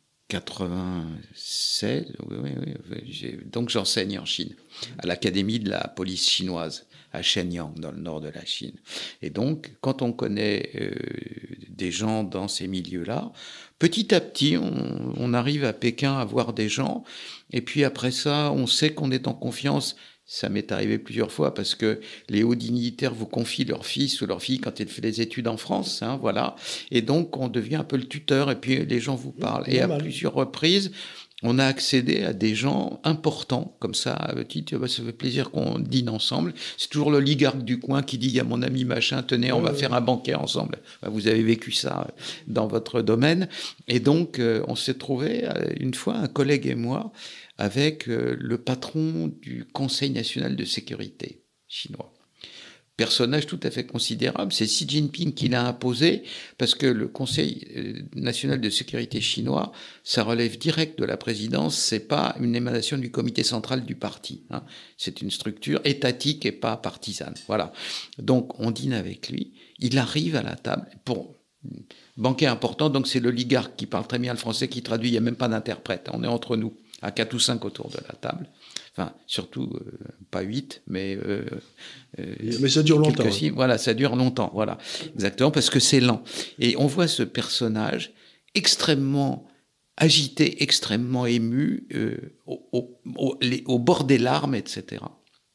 quatre-vingt-seize, oui, oui, oui, j'ai, donc j'enseigne en Chine, à l'Académie de la police chinoise, à Shenyang, dans le nord de la Chine. Et donc, quand on connaît euh, des gens dans ces milieux-là, petit à petit, on, on arrive à Pékin à voir des gens, et puis après ça, on sait qu'on est en confiance. Ça m'est arrivé plusieurs fois parce que les hauts dignitaires vous confient leur fils ou leur fille quand il fait des études en France, hein, voilà. Et donc, on devient un peu le tuteur, et puis les gens vous parlent. Et à plusieurs reprises, on a accédé à des gens importants, comme ça, à titre, bah, ça fait plaisir qu'on dîne ensemble. C'est toujours l'oligarque du coin qui dit, il y a mon ami machin, tenez, on va faire un banquet ensemble. Bah, vous avez vécu ça dans votre domaine. Et donc, euh, on s'est trouvé, une fois, un collègue et moi, avec euh, le patron du Conseil national de sécurité chinois. Personnage tout à fait considérable, c'est Xi Jinping qui l'a imposé, parce que le Conseil national de sécurité chinois, ça relève direct de la présidence, c'est pas une émanation du comité central du parti, hein. C'est une structure étatique et pas partisane, voilà. Donc on dîne avec lui, il arrive à la table, pour banquet important, donc c'est l'oligarque qui parle très bien le français, qui traduit, il n'y a même pas d'interprète, on est entre nous, à quatre ou cinq autour de la table. Enfin, surtout, euh, pas huit, mais... Euh, euh, mais ça dure longtemps. Signes. Voilà, ça dure longtemps, voilà. Exactement, parce que c'est lent. Et on voit ce personnage extrêmement agité, extrêmement ému, euh, au, au, au, les, au bord des larmes, et cetera.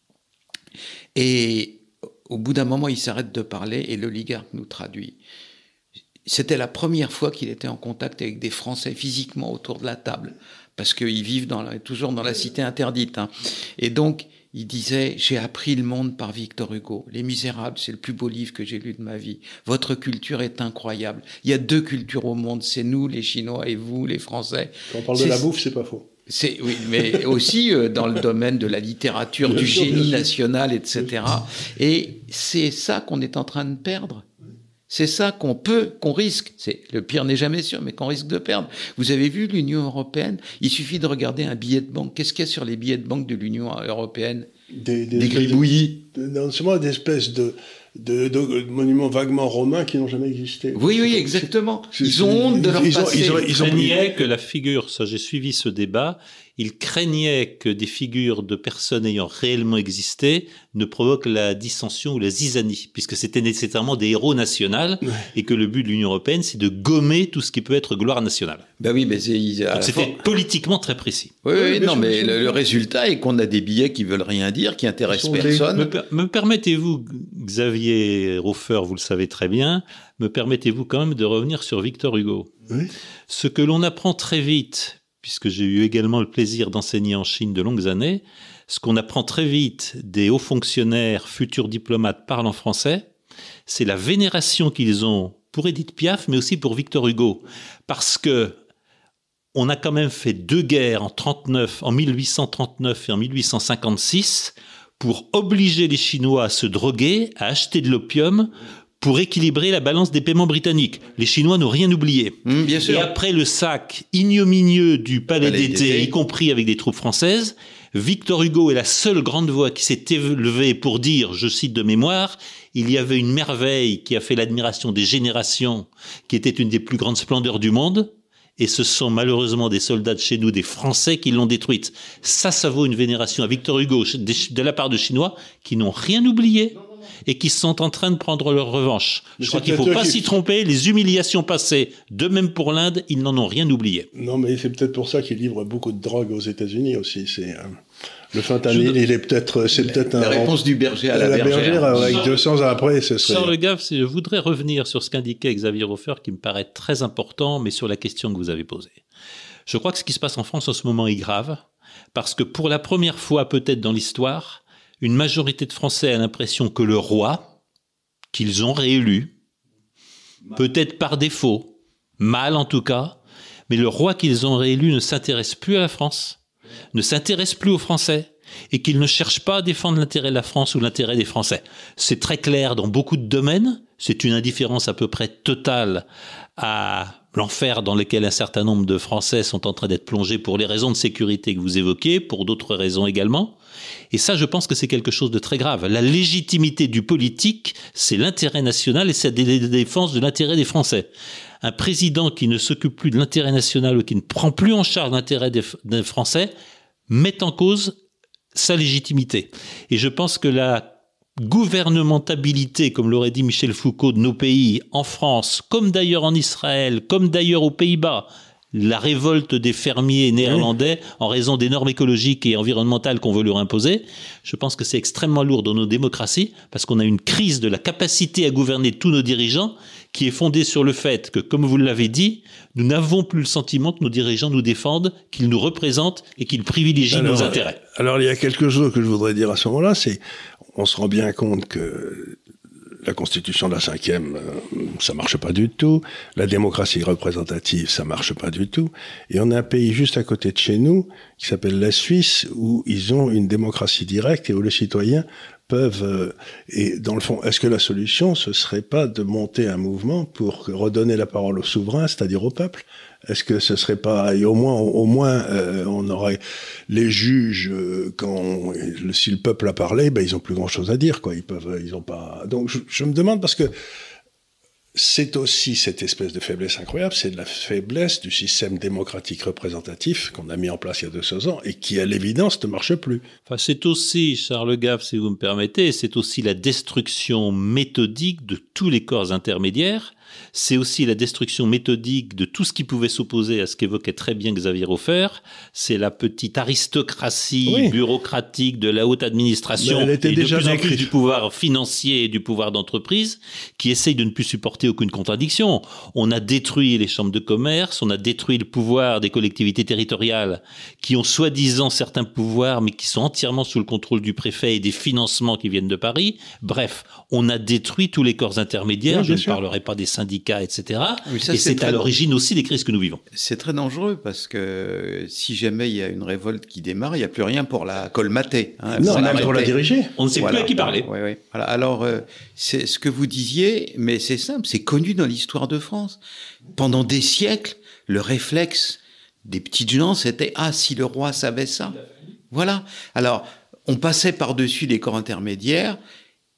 Et au bout d'un moment, il s'arrête de parler et l'oligarque nous traduit. C'était la première fois qu'il était en contact avec des Français physiquement autour de la table, parce qu'ils vivent dans la, toujours dans la cité interdite. Hein. Et donc, il disait, j'ai appris le monde par Victor Hugo. Les Misérables, c'est le plus beau livre que j'ai lu de ma vie. Votre culture est incroyable. Il y a deux cultures au monde, c'est nous, les Chinois, et vous, les Français. Quand on parle c'est, de la bouffe, c'est pas faux. C'est, oui, mais aussi euh, dans le domaine de la littérature, bien du sûr, génie national, et cetera. Et c'est ça qu'on est en train de perdre. C'est ça qu'on peut, qu'on risque. C'est, le pire n'est jamais sûr, mais qu'on risque de perdre. Vous avez vu l'Union européenne? Il suffit de regarder un billet de banque. Qu'est-ce qu'il y a sur les billets de banque de l'Union européenne? Des, des, des gribouillis. De, de, non seulement des espèces de, de, de, de monuments vaguement romains qui n'ont jamais existé. Oui, oui, exactement. Ils c'est, ont honte de leur ils passé. Ils, ont, ils, ont, ils craignaient que la figure, ça j'ai suivi ce débat, ils craignaient que des figures de personnes ayant réellement existé ne provoquent la dissension ou la zizanie, puisque c'était nécessairement des héros nationaux, ouais. Et que le but de l'Union européenne, c'est de gommer tout ce qui peut être gloire nationale. Ben oui, mais c'est, Donc c'était fois... politiquement très précis. Oui, oui, oui non, sûr, mais le, le résultat est qu'on a des billets qui veulent rien dire, qui intéressent personne. Me, per- me permettez-vous, Xavier Hofer, vous le savez très bien, me permettez-vous quand même de revenir sur Victor Hugo. Oui. Ce que l'on apprend très vite, puisque j'ai eu également le plaisir d'enseigner en Chine de longues années, ce qu'on apprend très vite des hauts fonctionnaires, futurs diplomates parlant français, c'est la vénération qu'ils ont pour Édith Piaf, mais aussi pour Victor Hugo. Parce que on a quand même fait deux guerres en trente-neuf, en mille huit cent trente-neuf et en mille huit cent cinquante-six pour obliger les Chinois à se droguer, à acheter de l'opium, pour équilibrer la balance des paiements britanniques. Les Chinois n'ont rien oublié. Mmh, bien sûr. Et après le sac ignominieux du palais, palais d'été, d'été, y compris avec des troupes françaises, Victor Hugo est la seule grande voix qui s'est élevée pour dire, je cite de mémoire, il y avait une merveille qui a fait l'admiration des générations, qui était une des plus grandes splendeurs du monde, et ce sont malheureusement des soldats de chez nous, des Français, qui l'ont détruite. Ça, ça vaut une vénération à Victor Hugo de la part de Chinois qui n'ont rien oublié et qui sont en train de prendre leur revanche. Mais je crois qu'il ne faut pas qui... s'y tromper. Les humiliations passées, de même pour l'Inde, ils n'en ont rien oublié. Non, mais c'est peut-être pour ça qu'ils livrent beaucoup de drogue aux États-Unis aussi. C'est, euh, le fentanyl, je... il est peut-être, c'est peut-être la un... réponse du berger à la, la bergère. bergère avec deux cents ans après, ce serait... Charles Gave, je voudrais revenir sur ce qu'indiquait Xavier Hofer, qui me paraît très important, mais sur la question que vous avez posée. Je crois que ce qui se passe en France en ce moment est grave, parce que pour la première fois peut-être dans l'histoire, une majorité de Français a l'impression que le roi, qu'ils ont réélu, peut-être par défaut, mal en tout cas, mais le roi qu'ils ont réélu ne s'intéresse plus à la France, ne s'intéresse plus aux Français, et qu'il ne cherche pas à défendre l'intérêt de la France ou l'intérêt des Français. C'est très clair dans beaucoup de domaines, c'est une indifférence à peu près totale à l'enfer dans lequel un certain nombre de Français sont en train d'être plongés pour les raisons de sécurité que vous évoquez, pour d'autres raisons également. Et ça, je pense que c'est quelque chose de très grave. La légitimité du politique, c'est l'intérêt national et c'est la défense de l'intérêt des Français. Un président qui ne s'occupe plus de l'intérêt national ou qui ne prend plus en charge l'intérêt des, des Français met en cause sa légitimité. Et je pense que la gouvernementabilité, comme l'aurait dit Michel Foucault, de nos pays, en France, comme d'ailleurs en Israël, comme d'ailleurs aux Pays-Bas, la révolte des fermiers néerlandais oui. en raison des normes écologiques et environnementales qu'on veut leur imposer, je pense que c'est extrêmement lourd dans nos démocraties, parce qu'on a une crise de la capacité à gouverner tous nos dirigeants, qui est fondée sur le fait que, comme vous l'avez dit, nous n'avons plus le sentiment que nos dirigeants nous défendent, qu'ils nous représentent et qu'ils privilégient alors, nos intérêts. Alors il y a quelque chose que je voudrais dire à ce moment-là, c'est on se rend bien compte que la constitution de la cinquième, ça marche pas du tout. La démocratie représentative, ça marche pas du tout. Et on a un pays juste à côté de chez nous, qui s'appelle la Suisse, où ils ont une démocratie directe et où les citoyens peuvent... Euh, et dans le fond, est-ce que la solution, ce serait pas de monter un mouvement pour redonner la parole au souverain, c'est-à-dire au peuple ? Est-ce que ce serait pas... Et au moins, au moins euh, on aurait... Les juges, euh, quand si le peuple a parlé, ben, ils ont plus grand-chose à dire, quoi. Ils peuvent... Ils ont pas... Donc, je, je me demande, parce que c'est aussi cette espèce de faiblesse incroyable, c'est de la faiblesse du système démocratique représentatif qu'on a mis en place il y a deux cents ans et qui, à l'évidence, ne marche plus. Enfin, c'est aussi, Charles Gave, si vous me permettez, c'est aussi la destruction méthodique de tous les corps intermédiaires. C'est aussi la destruction méthodique de tout ce qui pouvait s'opposer à ce qu'évoquait très bien Xavier Hofer. C'est la petite aristocratie oui. bureaucratique de la haute administration et de plus en plus du pouvoir financier et du pouvoir d'entreprise qui essaye de ne plus supporter aucune contradiction. On a détruit les chambres de commerce, on a détruit le pouvoir des collectivités territoriales qui ont soi-disant certains pouvoirs mais qui sont entièrement sous le contrôle du préfet et des financements qui viennent de Paris. Bref, on a détruit tous les corps intermédiaires. Oui, je ne sûr. parlerai pas des syndicats, et cetera. Oui, ça, et c'est, c'est à l'origine dangereux. aussi des crises que nous vivons. C'est très dangereux parce que si jamais il y a une révolte qui démarre, il n'y a plus rien pour la colmater. Hein, non, même pour la diriger. On ne sait voilà. plus à qui parler. Oui, oui. Voilà. Alors, euh, c'est ce que vous disiez, mais c'est simple, c'est connu dans l'histoire de France. Pendant des siècles, le réflexe des petites gens, c'était « Ah, si le roi savait ça !» Voilà. Alors, on passait par-dessus les corps intermédiaires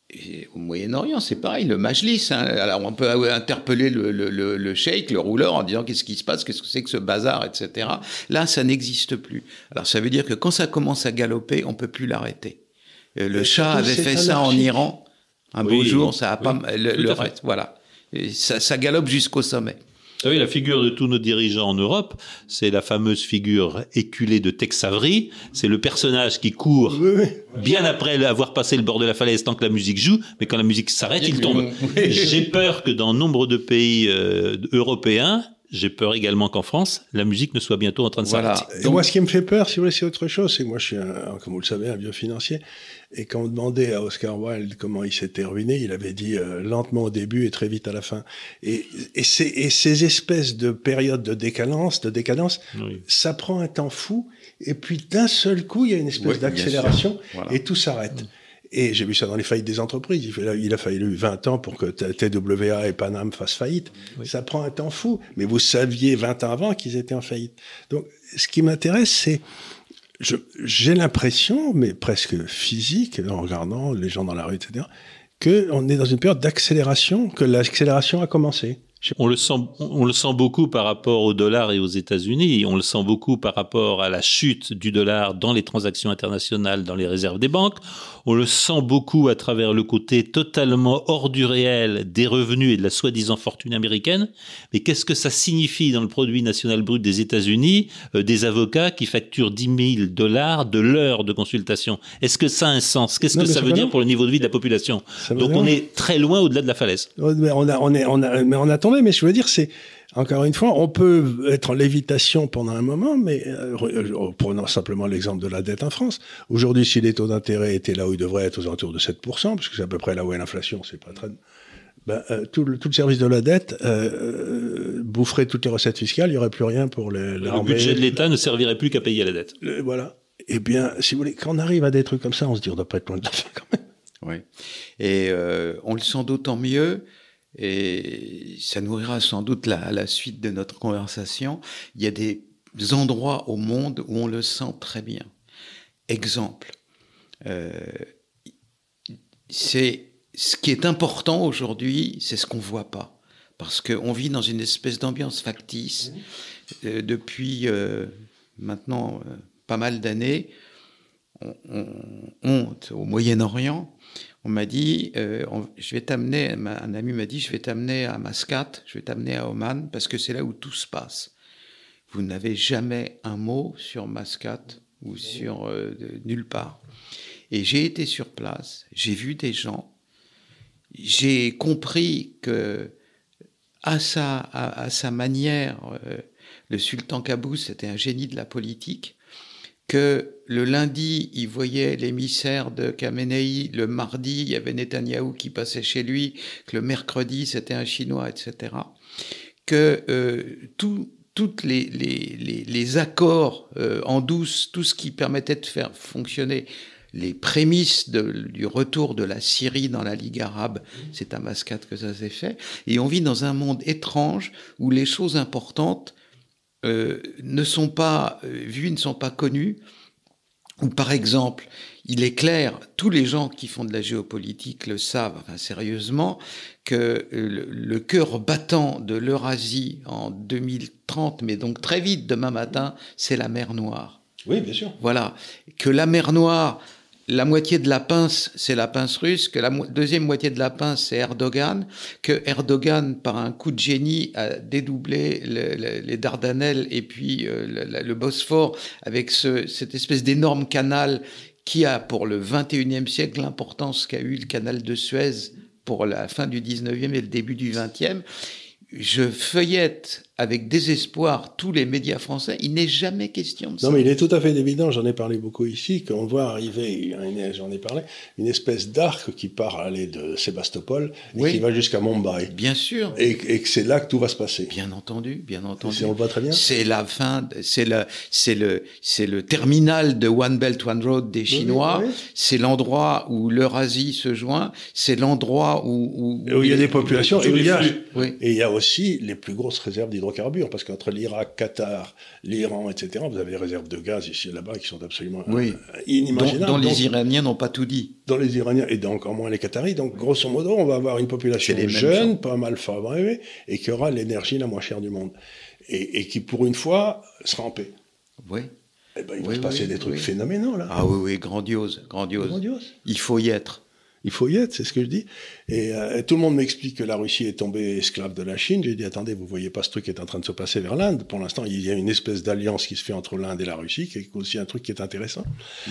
Et au Moyen-Orient, c'est pareil, le majlis. Hein. Alors, on peut interpeller le, le, le, le cheikh, le rouleur, en disant qu'est-ce qui se passe, qu'est-ce que c'est que ce bazar, et cetera. Là, ça n'existe plus. Alors, ça veut dire que quand ça commence à galoper, on peut plus l'arrêter. Euh, le Shah avait fait ça en Iran. Un beau oui, jour, ça a oui, pas le, le reste. Voilà, et ça, ça galope jusqu'au sommet. Ah oui, la figure de tous nos dirigeants en Europe, c'est la fameuse figure éculée de Tex Avery. C'est le personnage qui court oui, oui. bien après avoir passé le bord de la falaise tant que la musique joue, mais quand la musique s'arrête, il tombe. Oui. J'ai peur que dans nombre de pays euh, européens, j'ai peur également qu'en France, la musique ne soit bientôt en train de voilà. s'arrêter. Et moi, ce qui me fait peur, si vous voulez, c'est autre chose. C'est que moi, je suis, un, comme vous le savez, un vieux financier. Et quand on demandait à Oscar Wilde comment il s'était ruiné, il avait dit euh, lentement au début et très vite à la fin. Et, et, ces, et ces espèces de périodes de décadence, de décadence, oui. ça prend un temps fou. Et puis d'un seul coup, il y a une espèce oui, d'accélération voilà. et tout s'arrête. Mmh. Et j'ai vu ça dans les faillites des entreprises. Il a, il a fallu vingt ans pour que T W A et Panam fassent faillite. Oui. Ça prend un temps fou. Mais vous saviez vingt ans avant qu'ils étaient en faillite. Donc, ce qui m'intéresse, c'est... Je, j'ai l'impression, mais presque physique, en regardant les gens dans la rue, et cetera, qu'on est dans une période d'accélération, que l'accélération a commencé. On le sent, on le sent beaucoup par rapport au dollar et aux États-Unis. On le sent beaucoup par rapport à la chute du dollar dans les transactions internationales, dans les réserves des banques. On le sent beaucoup à travers le côté totalement hors du réel des revenus et de la soi-disant fortune américaine. Mais qu'est-ce que ça signifie dans le produit national brut des États-Unis, euh, des avocats qui facturent dix mille dollars de l'heure de consultation? Est-ce que ça a un sens? Qu'est-ce non, que ça veut dire non. pour le niveau de vie de la population? Donc on est très loin au-delà de la falaise. Mais on a, on est, on a, mais on a tombé. Mais je veux dire, c'est encore une fois, on peut être en lévitation pendant un moment, mais euh, prenons simplement l'exemple de la dette en France. Aujourd'hui, si les taux d'intérêt étaient là où ils devraient être, aux alentours de sept pour cent, parce que c'est à peu près là où est l'inflation, c'est pas très... Ben, euh, tout, le, tout le service de la dette euh, boufferait toutes les recettes fiscales, il n'y aurait plus rien pour les, l'armée. Le budget de l'État ne servirait plus qu'à payer la dette. Le, voilà. Eh bien, si vous voulez, quand on arrive à des trucs comme ça, on se dit, on ne doit pas être loin de la fin quand même. Oui. Et euh, on le sent d'autant mieux. Et ça nourrira sans doute la, la suite de notre conversation. Il y a des endroits au monde où on le sent très bien. Exemple, euh, c'est ce qui est important aujourd'hui, c'est ce qu'on voit pas, parce qu'on vit dans une espèce d'ambiance factice euh, depuis euh, maintenant euh, pas mal d'années. On, on, on, au Moyen-Orient. On m'a dit, euh, on, je vais t'amener, un ami m'a dit, je vais t'amener à Mascate, je vais t'amener à Oman, parce que c'est là où tout se passe. Vous n'avez jamais un mot sur Mascate ou sur euh, de, nulle part. Et j'ai été sur place, j'ai vu des gens, j'ai compris que à sa, à, à sa manière, euh, le sultan Qaboos était un génie de la politique, que le lundi, il voyait l'émissaire de Khamenei, le mardi, il y avait Netanyahou qui passait chez lui, que le mercredi, c'était un Chinois, et cetera. Que euh, tout, toutes les, les, les, les accords euh, en douce, tout ce qui permettait de faire fonctionner les prémices de, du retour de la Syrie dans la Ligue arabe, c'est à Mascate que ça s'est fait. Et on vit dans un monde étrange où les choses importantes Euh, ne sont pas euh, vues, ne sont pas connues. Ou par exemple, il est clair, tous les gens qui font de la géopolitique le savent, enfin, sérieusement, que euh, le, le cœur battant de l'Eurasie en deux mille trente, mais donc très vite, demain matin, c'est la mer Noire. Oui, bien sûr. Voilà. Que la mer Noire, la moitié de la pince, c'est la pince russe, que la mo- deuxième moitié de la pince, c'est Erdogan, que Erdogan, par un coup de génie, a dédoublé le, le, les Dardanelles et puis euh, le, le Bosphore avec ce, cette espèce d'énorme canal qui a, pour le vingt et unième siècle, l'importance qu'a eu le canal de Suez pour la fin du dix-neuvième et le début du vingtième. Je feuillette avec désespoir tous les médias français, il n'est jamais question de ça. Non, mais il est tout à fait évident, j'en ai parlé beaucoup ici, qu'on voit arriver, j'en ai parlé, une espèce d'arc qui part aller de Sébastopol et oui. qui va jusqu'à Mumbai. Bien sûr. Et, et que c'est là que tout va se passer. Bien entendu, bien entendu. Et on le voit très bien. C'est la fin, c'est le, c'est le, c'est le terminal de One Belt One Road des Chinois. Oui, oui. C'est l'endroit où l'Eurasie se joint. C'est l'endroit où, où, où, où il y a des populations et où il y a, oui. et il y a aussi les plus grosses réserves d'hydrogène hydrocarbures, parce qu'entre l'Irak, Qatar, l'Iran, et cetera, vous avez des réserves de gaz ici et là-bas qui sont absolument oui. inimaginables. Dont, dont donc, les Iraniens n'ont pas tout dit. Dans les Iraniens, et donc encore moins les Qataris. Donc, grosso modo, on va avoir une population jeune, gens. pas mal formée, et qui aura l'énergie la moins chère du monde. Et, et qui, pour une fois, sera en paix. Oui. Eh ben, il va oui, se passer oui, des trucs oui. phénoménaux, là. Ah oui, oui, grandiose, grandiose. Grandiose. Il faut y être. Il faut y être, c'est ce que je dis. Et euh, tout le monde m'explique que la Russie est tombée esclave de la Chine. J'ai dit, attendez, vous voyez pas ce truc qui est en train de se passer vers l'Inde. Pour l'instant, il y a une espèce d'alliance qui se fait entre l'Inde et la Russie, qui est aussi un truc qui est intéressant. Mm.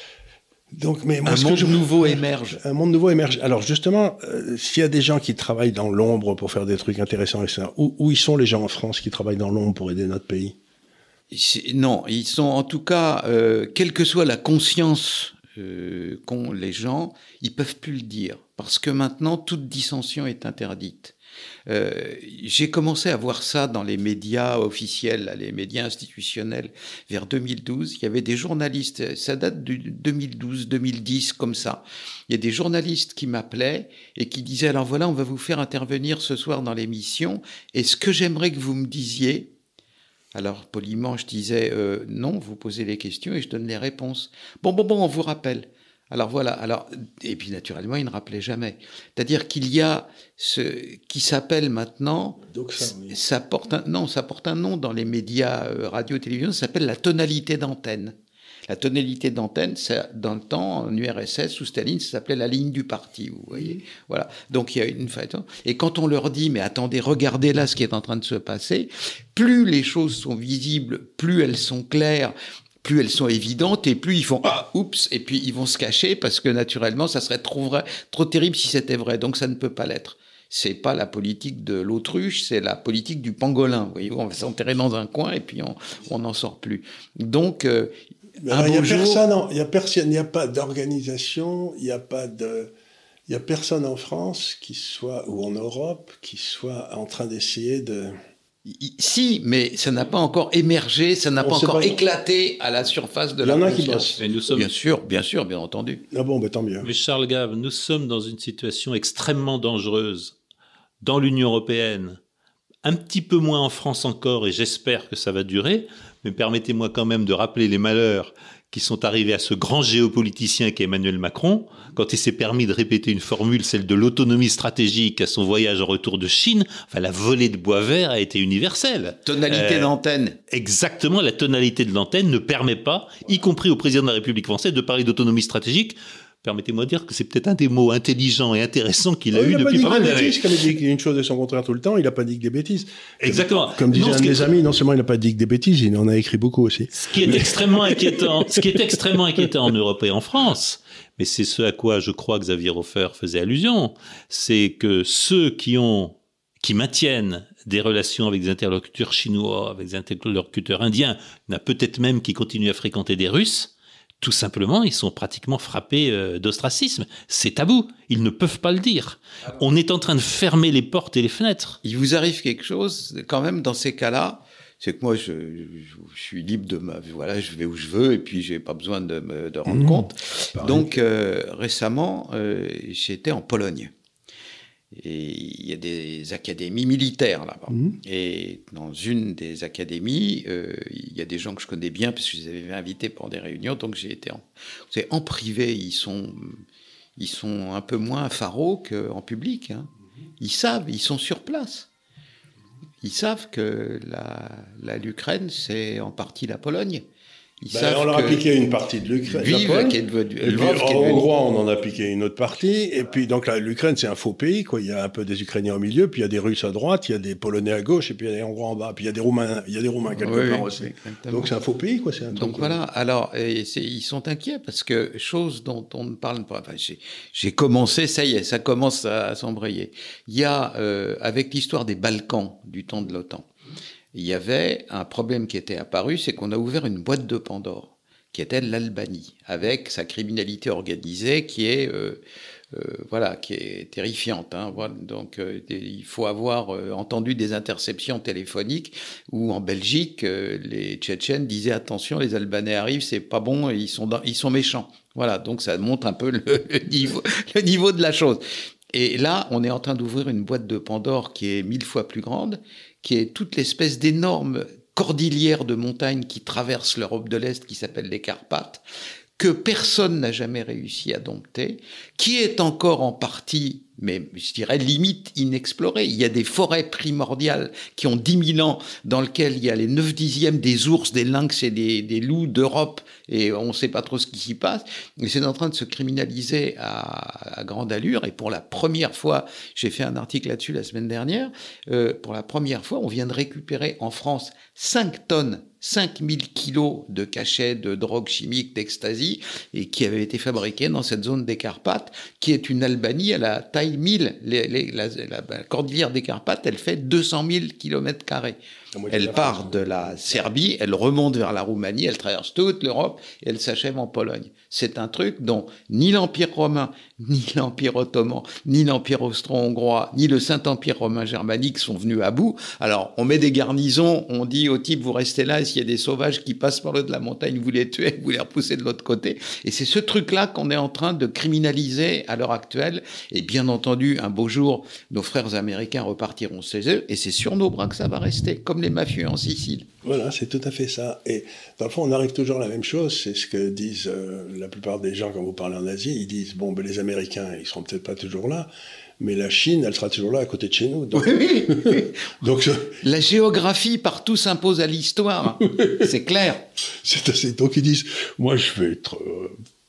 Donc, mais moi, un ce monde que je... nouveau émerge. Un monde nouveau émerge. Alors justement, euh, s'il y a des gens qui travaillent dans l'ombre pour faire des trucs intéressants, et cetera, où, où ils sont les gens en France qui travaillent dans l'ombre pour aider notre pays? Non, ils sont en tout cas, euh, quelle que soit la conscience euh, qu'ont les gens, ils peuvent plus le dire parce que maintenant toute dissension est interdite. Euh, j'ai commencé à voir ça dans les médias officiels, les médias institutionnels vers deux mille douze. Il y avait des journalistes, ça date de deux mille douze, deux mille dix, comme ça. Il y a des journalistes qui m'appelaient et qui disaient, alors voilà, on va vous faire intervenir ce soir dans l'émission et ce que j'aimerais que vous me disiez. Alors, poliment, je disais, euh, non, vous posez les questions et je donne les réponses. Bon, bon, bon, on vous rappelle. Alors voilà, alors, et puis naturellement, il ne rappelait jamais. C'est-à-dire qu'il y a ce qui s'appelle maintenant, Donc ça, oui. ça porte un, non, ça porte un nom dans les médias euh, radio, télévision, ça s'appelle la tonalité d'antenne. La tonalité d'antenne, c'est dans le temps, en U R S S, sous Staline, ça s'appelait la ligne du parti, vous voyez. Voilà. Donc il y a une fête. Et quand on leur dit, mais attendez, regardez là ce qui est en train de se passer, plus les choses sont visibles, plus elles sont claires, plus elles sont évidentes, et plus ils font ah, oups, et puis ils vont se cacher parce que naturellement, ça serait trop vrai, trop terrible si c'était vrai. Donc ça ne peut pas l'être. C'est pas la politique de l'autruche, c'est la politique du pangolin. Vous voyez, on va s'enterrer dans un coin et puis on n'en sort plus. Donc euh, il n'y a, jour... personne, il y a personne, il n'y a pas d'organisation, il n'y a pas de, il y a personne en France qui soit ou en Europe qui soit en train d'essayer de. Si, mais ça n'a pas encore émergé, ça n'a pas encore pas... éclaté à la surface de la conscience. Il y en a qui bossent. Et nous sommes... Bien sûr, bien sûr, bien entendu. Ah bon, ben tant mieux. Mais Charles Gave, nous sommes dans une situation extrêmement dangereuse dans l'Union européenne, un petit peu moins en France encore, et j'espère que ça va durer, mais permettez-moi quand même de rappeler les malheurs qui sont arrivés à ce grand géopoliticien qu'est Emmanuel Macron, quand il s'est permis de répéter une formule, celle de l'autonomie stratégique à son voyage en retour de Chine. Enfin, la volée de bois vert a été universelle. Tonalité euh, d'antenne. Exactement, la tonalité de l'antenne ne permet pas, y compris au président de la République française, de parler d'autonomie stratégique. Permettez-moi de dire que c'est peut-être un des mots intelligents et intéressants qu'il a oh, eu depuis pas mal d'années. Comme il dit une chose et son contraire tout le temps, il n'a pas dit que des bêtises. Exactement. Comme, comme disait non, un de mes amis, non seulement il n'a pas dit que des bêtises, il en a écrit beaucoup aussi. Ce qui est extrêmement inquiétant, ce qui est extrêmement inquiétant en Europe et en France, mais c'est ce à quoi je crois que Xavier Hofer faisait allusion, c'est que ceux qui ont, qui maintiennent des relations avec des interlocuteurs chinois, avec des interlocuteurs indiens, il y en a peut-être même qui continuent à fréquenter des Russes. Tout simplement, ils sont pratiquement frappés euh, d'ostracisme. C'est tabou. Ils ne peuvent pas le dire. On est en train de fermer les portes et les fenêtres. Il vous arrive quelque chose, quand même, dans ces cas-là, c'est que moi, je, je, je suis libre de ma... Voilà, je vais où je veux, et puis j'ai pas besoin de me de rendre mmh, compte. Donc, euh, récemment, euh, j'étais en Pologne. Et il y a des académies militaires là-bas. Mmh. Et dans une des académies, euh, il y a des gens que je connais bien, parce que je les avais invités pour des réunions, donc j'ai été en, c'est en privé, ils sont, ils sont un peu moins pharaos qu'en public. Hein. Ils savent, ils sont sur place. Ils savent que la, la, l'Ukraine, c'est en partie la Pologne. Ils ben, on leur a piqué une partie de l'Ukraine. Vive, la qui est devenu, et puis, en Hongrois, on en a piqué une autre partie. Et puis, donc, là, l'Ukraine, c'est un faux pays, quoi. Il y a un peu des Ukrainiens au milieu, puis il y a des Russes à droite, il y a des Polonais à gauche, et puis il y a des Hongrois en bas. Puis il y a des Roumains, il y a des Roumains quelque oui, part aussi. Exactement. Donc, c'est un faux pays, quoi. C'est un donc, truc, voilà. Quoi. Alors, et c'est, ils sont inquiets parce que, chose dont on ne parle pas, enfin, j'ai, j'ai commencé, ça y est, ça commence à, à s'embrayer. Il y a, euh, avec l'histoire des Balkans du temps de l'OTAN, il y avait un problème qui était apparu, c'est qu'on a ouvert une boîte de Pandore, qui était l'Albanie, avec sa criminalité organisée qui est, euh, euh, voilà, qui est terrifiante. Hein, voilà. Donc, euh, il faut avoir euh, entendu des interceptions téléphoniques où, en Belgique, euh, les Tchétchènes disaient attention, les Albanais arrivent, c'est pas bon, ils sont, dans, ils sont méchants. Voilà, donc ça montre un peu le, le niveau, le niveau de la chose. Et là, on est en train d'ouvrir une boîte de Pandore qui est mille fois plus grande, qui est toute l'espèce d'énorme cordillère de montagnes qui traverse l'Europe de l'Est, qui s'appelle les Carpates, que personne n'a jamais réussi à dompter, qui est encore en partie, mais je dirais limite inexplorée. Il y a des forêts primordiales qui ont dix mille ans, dans lesquelles il y a les neuf dixièmes des ours, des lynx et des, des loups d'Europe, et on ne sait pas trop ce qui s'y passe. Et c'est en train de se criminaliser à, à grande allure, et pour la première fois, j'ai fait un article là-dessus la semaine dernière, euh, pour la première fois, on vient de récupérer en France cinq tonnes cinq mille kilos de cachets de drogue chimique, d'ecstasy, et qui avaient été fabriqués dans cette zone des Carpates, qui est une Albanie à la taille mille. Les, les, la, la, la cordillère des Carpates, elle fait deux cent mille kilomètres carrés. Elle part de la Serbie, elle remonte vers la Roumanie, elle traverse toute l'Europe et elle s'achève en Pologne. C'est un truc dont ni l'Empire romain, ni l'Empire ottoman, ni l'Empire austro-hongrois, ni le Saint-Empire romain germanique sont venus à bout. Alors, on met des garnisons, on dit au type, vous restez là, et s'il y a des sauvages qui passent par le haut de la montagne, vous les tuez, vous les repoussez de l'autre côté. Et c'est ce truc-là qu'on est en train de criminaliser à l'heure actuelle. Et bien entendu, un beau jour, nos frères américains repartiront chez eux, et c'est sur nos bras que ça va rester, comme les mafieux en Sicile. Voilà, c'est tout à fait ça. Et dans le fond, on arrive toujours à la même chose. C'est ce que disent euh, la plupart des gens quand vous parlez en Asie. Ils disent, bon, ben, les Américains, ils seront peut-être pas toujours là, mais la Chine, elle sera toujours là à côté de chez nous. Donc, oui, oui. donc euh, la géographie partout s'impose à l'histoire. C'est clair. C'est assez. Donc ils disent, moi, je vais être... Euh,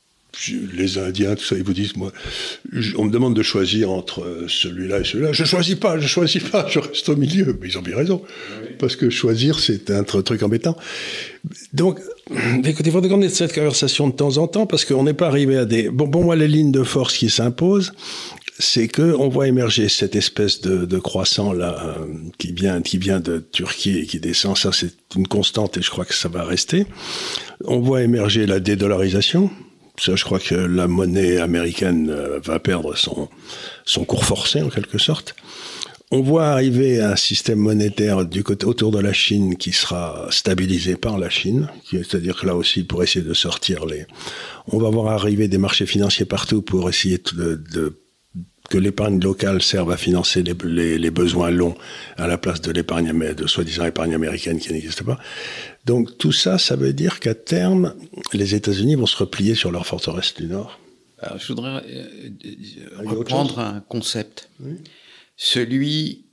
les Indiens, tout ça, ils vous disent, moi, on me demande de choisir entre celui-là et celui-là. Je choisis pas, je choisis pas, je reste au milieu. Mais ils ont bien raison. Oui. Parce que choisir, c'est un truc embêtant. Donc, écoutez, il faudrait qu'on ait cette conversation de temps en temps, parce qu'on n'est pas arrivé à des... Bon, bon, moi, les lignes de force qui s'imposent, c'est que on voit émerger cette espèce de, de croissant là euh, qui vient, qui vient de Turquie et qui descend. Ça, c'est une constante et je crois que ça va rester. On voit émerger la dédollarisation. Ça, je crois que la monnaie américaine va perdre son, son cours forcé, en quelque sorte. On voit arriver un système monétaire du côté, autour de la Chine qui sera stabilisé par la Chine, c'est-à-dire que là aussi, pour essayer de sortir les... On va voir arriver des marchés financiers partout pour essayer de, de que l'épargne locale serve à financer les, les, les besoins longs à la place de l'épargne, de soi-disant épargne américaine qui n'existe pas. Donc tout ça, ça veut dire qu'à terme, les États-Unis vont se replier sur leur forteresse du Nord. Alors, je voudrais euh, reprendre un concept, oui. Celui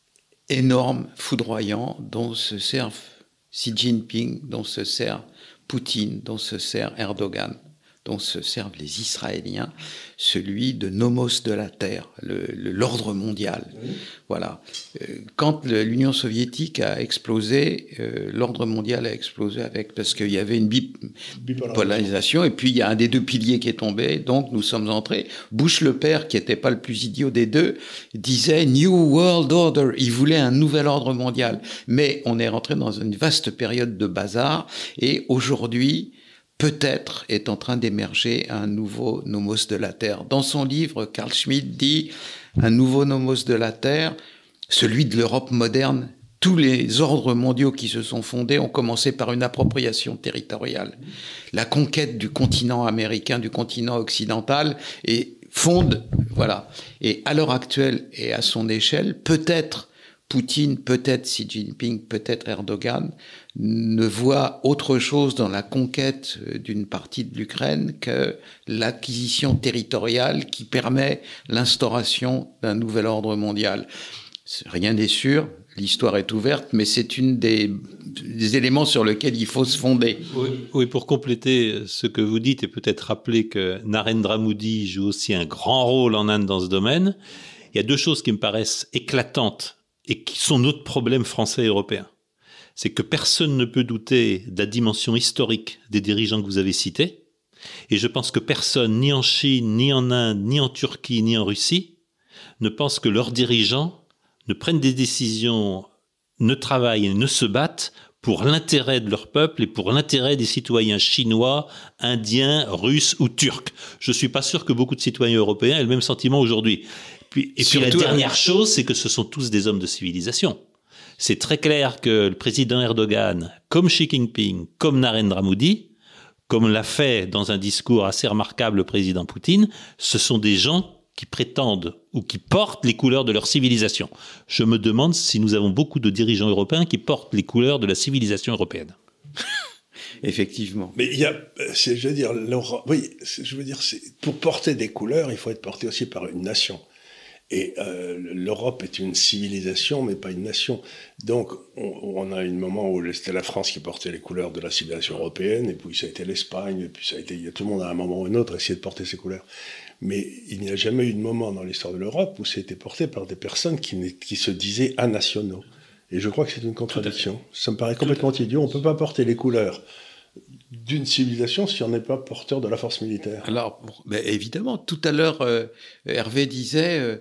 énorme, foudroyant, dont se servent Xi Jinping, dont se sert Poutine, dont se sert Erdogan, dont se servent les Israéliens, celui de nomos de la terre, le, le, l'ordre mondial. Oui. Voilà. Quand le, l'Union soviétique a explosé, euh, l'ordre mondial a explosé avec, parce qu'il y avait une bipolarisation, et puis il y a un des deux piliers qui est tombé, donc nous sommes entrés. Bush le père, qui n'était pas le plus idiot des deux, disait « New World Order », il voulait un nouvel ordre mondial. Mais on est rentré dans une vaste période de bazar, et aujourd'hui, peut-être est en train d'émerger un nouveau nomos de la Terre. Dans son livre, Carl Schmitt dit un nouveau nomos de la Terre, celui de l'Europe moderne. Tous les ordres mondiaux qui se sont fondés ont commencé par une appropriation territoriale. La conquête du continent américain, du continent occidental, et fonde, voilà. Et à l'heure actuelle et à son échelle, peut-être Poutine, peut-être Xi Jinping, peut-être Erdogan, ne voient autre chose dans la conquête d'une partie de l'Ukraine que l'acquisition territoriale qui permet l'instauration d'un nouvel ordre mondial. Rien n'est sûr, l'histoire est ouverte, mais c'est une des, des éléments sur lesquels il faut se fonder. Oui, oui, pour compléter ce que vous dites et peut-être rappeler que Narendra Modi joue aussi un grand rôle en Inde dans ce domaine, il y a deux choses qui me paraissent éclatantes et qui sont notre problème français et européen. C'est que personne ne peut douter de la dimension historique des dirigeants que vous avez cités. Et je pense que personne, ni en Chine, ni en Inde, ni en Turquie, ni en Russie, ne pense que leurs dirigeants ne prennent des décisions, ne travaillent et ne se battent pour l'intérêt de leur peuple et pour l'intérêt des citoyens chinois, indiens, russes ou turcs. Je ne suis pas sûr que beaucoup de citoyens européens aient le même sentiment aujourd'hui. Puis, et puis la dernière chose, c'est que ce sont tous des hommes de civilisation. C'est très clair que le président Erdogan, comme Xi Jinping, comme Narendra Modi, comme l'a fait dans un discours assez remarquable le président Poutine, ce sont des gens qui prétendent ou qui portent les couleurs de leur civilisation. Je me demande si nous avons beaucoup de dirigeants européens qui portent les couleurs de la civilisation européenne. Effectivement. Mais il y a, c'est, je veux dire, oui, je veux dire, c'est, pour porter des couleurs, il faut être porté aussi par une nation. Et euh, l'Europe est une civilisation, mais pas une nation. Donc, on, on a un moment où c'était la France qui portait les couleurs de la civilisation européenne, et puis ça a été l'Espagne, et puis ça a été, il y a tout le monde à un moment ou un autre essayé de porter ses couleurs. Mais il n'y a jamais eu de moment dans l'histoire de l'Europe où c'était porté par des personnes qui, qui se disaient anationaux. Et je crois que c'est une contradiction. Ça me paraît complètement idiot. On ne peut pas porter les couleurs d'une civilisation si on n'est pas porteur de la force militaire. Alors, ben évidemment, tout à l'heure, euh, Hervé disait euh,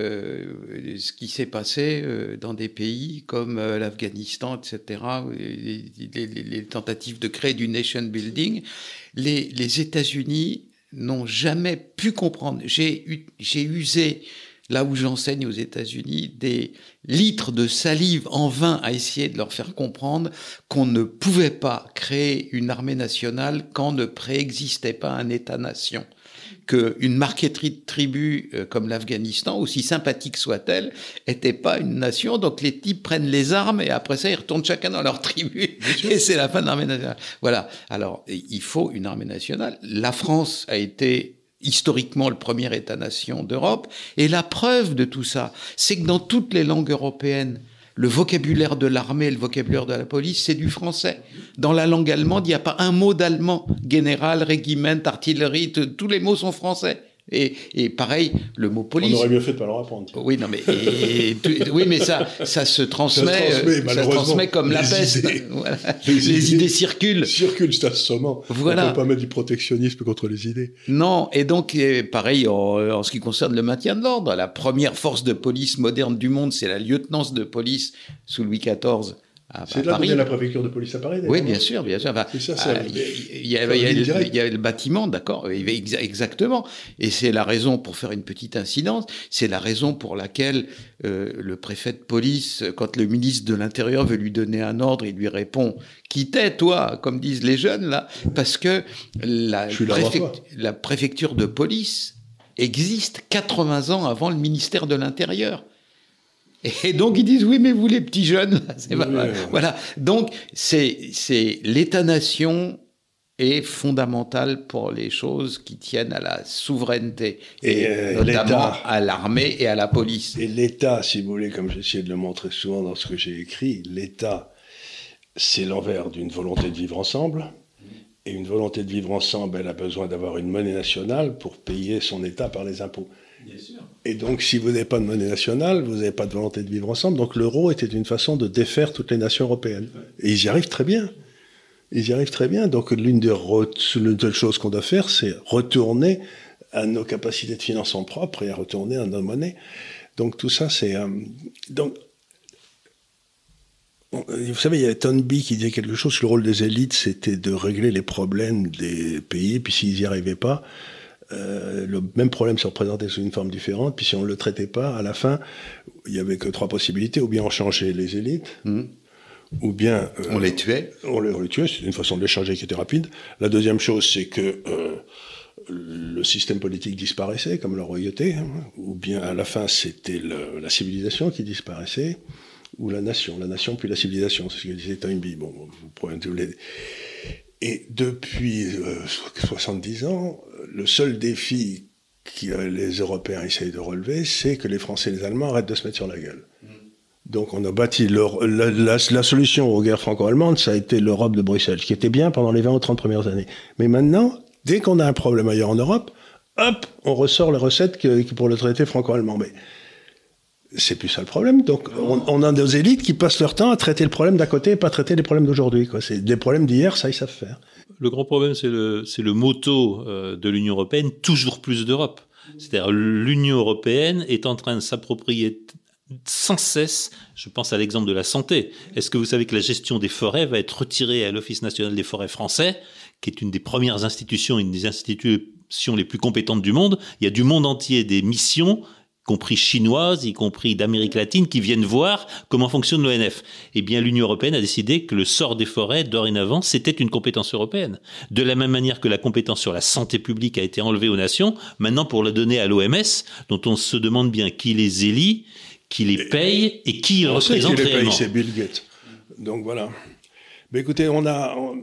euh, ce qui s'est passé euh, dans des pays comme euh, l'Afghanistan, et cetera, les, les, les tentatives de créer du nation building. Les, les États-Unis n'ont jamais pu comprendre. J'ai, j'ai usé, là où j'enseigne aux États-Unis, des litres de salive en vain à essayer de leur faire comprendre qu'on ne pouvait pas créer une armée nationale quand ne préexistait pas un État-nation. Qu'une marqueterie de tribus euh, comme l'Afghanistan, aussi sympathique soit-elle, était pas une nation. Donc les types prennent les armes et après ça, ils retournent chacun dans leur tribu. Et c'est la fin de l'armée nationale. Voilà. Alors, il faut une armée nationale. La France a été historiquement le premier État-nation d'Europe. Et la preuve de tout ça, c'est que dans toutes les langues européennes, le vocabulaire de l'armée et le vocabulaire de la police, c'est du français. Dans la langue allemande, il n'y a pas un mot d'allemand. Général, régiment, artillerie, t- tous les mots sont français. Et, et pareil, le mot police. On aurait mieux fait de pas leur apprendre. Oui, non, mais, et, et, tout, oui, mais ça, ça se transmet, ça se transmet, ça se transmet comme la peste. Idées, voilà. les, les idées, idées circulent. Circulent, c'est assommant. Voilà. On ne peut pas mettre du protectionnisme contre les idées. Non, et donc, pareil, en, en ce qui concerne le maintien de l'ordre, la première force de police moderne du monde, c'est la lieutenance de police sous Louis quatorze. À, c'est à là Paris. où il y a la préfecture de police à Paris. Oui, bien sûr, bien sûr. Enfin, c'est ça, c'est euh, il y, y, y, y avait le bâtiment, d'accord, exactement. Et c'est la raison, pour faire une petite incidence, c'est la raison pour laquelle euh, le préfet de police, quand le ministre de l'Intérieur veut lui donner un ordre, il lui répond « Qui t'es, toi ?» comme disent les jeunes, là, parce que la, préfect, la préfecture de police existe quatre-vingts ans avant le ministère de l'Intérieur. Et donc ils disent oui, mais vous les petits jeunes, c'est oui, pas mal. Oui, oui. Voilà. Donc c'est c'est l'État-nation est fondamental pour les choses qui tiennent à la souveraineté et, et euh, notamment à l'armée et à la police. Et l'État, si vous voulez, comme j'essaie de le montrer souvent dans ce que j'ai écrit, l'État, c'est l'envers d'une volonté de vivre ensemble. Et une volonté de vivre ensemble, elle a besoin d'avoir une monnaie nationale pour payer son État par les impôts. Bien sûr. Et donc, si vous n'avez pas de monnaie nationale, vous n'avez pas de volonté de vivre ensemble. Donc, l'euro était une façon de défaire toutes les nations européennes. Et ils y arrivent très bien. Ils y arrivent très bien. Donc, l'une des, re- l'une des choses qu'on doit faire, c'est retourner à nos capacités de financement propres et à retourner à nos monnaies. Donc, tout ça, c'est... Euh, donc, vous savez, il y a Toynbee qui disait quelque chose, le rôle des élites, c'était de régler les problèmes des pays, puis s'ils n'y arrivaient pas, euh, le même problème se représentait sous une forme différente, puis si on ne le traitait pas, à la fin, il n'y avait que trois possibilités, ou bien on changeait les élites, mmh. ou bien... Euh, on les tuait. On les, on les tuait, c'était une façon de les changer qui était rapide. La deuxième chose, c'est que euh, le système politique disparaissait, comme la royauté, hein, ou bien à la fin, c'était le, la civilisation qui disparaissait, ou la nation, la nation puis la civilisation, c'est ce que disait Toynbee. Bon, vous prenez tous les... Et depuis euh, soixante-dix ans, le seul défi que les Européens essayent de relever, c'est que les Français et les Allemands arrêtent de se mettre sur la gueule. Mmh. Donc on a bâti... Leur, la, la, la solution aux guerres franco-allemandes, ça a été l'Europe de Bruxelles, qui était bien pendant les vingt ou trente premières années. Mais maintenant, dès qu'on a un problème ailleurs en Europe, hop, on ressort les recettes que, que pour le traité franco-allemand. Mais c'est plus ça le problème. Donc, on, on a des élites qui passent leur temps à traiter le problème d'à côté et pas traiter les problèmes d'aujourd'hui, quoi. C'est des problèmes d'hier, ça, ils savent faire. Le grand problème, c'est le, c'est le motto euh, de l'Union européenne, toujours plus d'Europe. C'est-à-dire, l'Union européenne est en train de s'approprier sans cesse, je pense à l'exemple de la santé. Est-ce que vous savez que la gestion des forêts va être retirée à l'Office national des forêts français, qui est une des premières institutions, une des institutions les plus compétentes du monde. Il y a du monde entier des missions compris chinoises, y compris d'Amérique latine, qui viennent voir comment fonctionne l'O N F. Eh bien, l'Union européenne a décidé que le sort des forêts, dorénavant, c'était une compétence européenne. De la même manière que la compétence sur la santé publique a été enlevée aux nations, maintenant pour la donner à l'O M S, dont on se demande bien qui les élit, qui les paye et qui les représente qui les réellement. paye, c'est Bill Gates. Donc voilà. Mais écoutez, on a... On...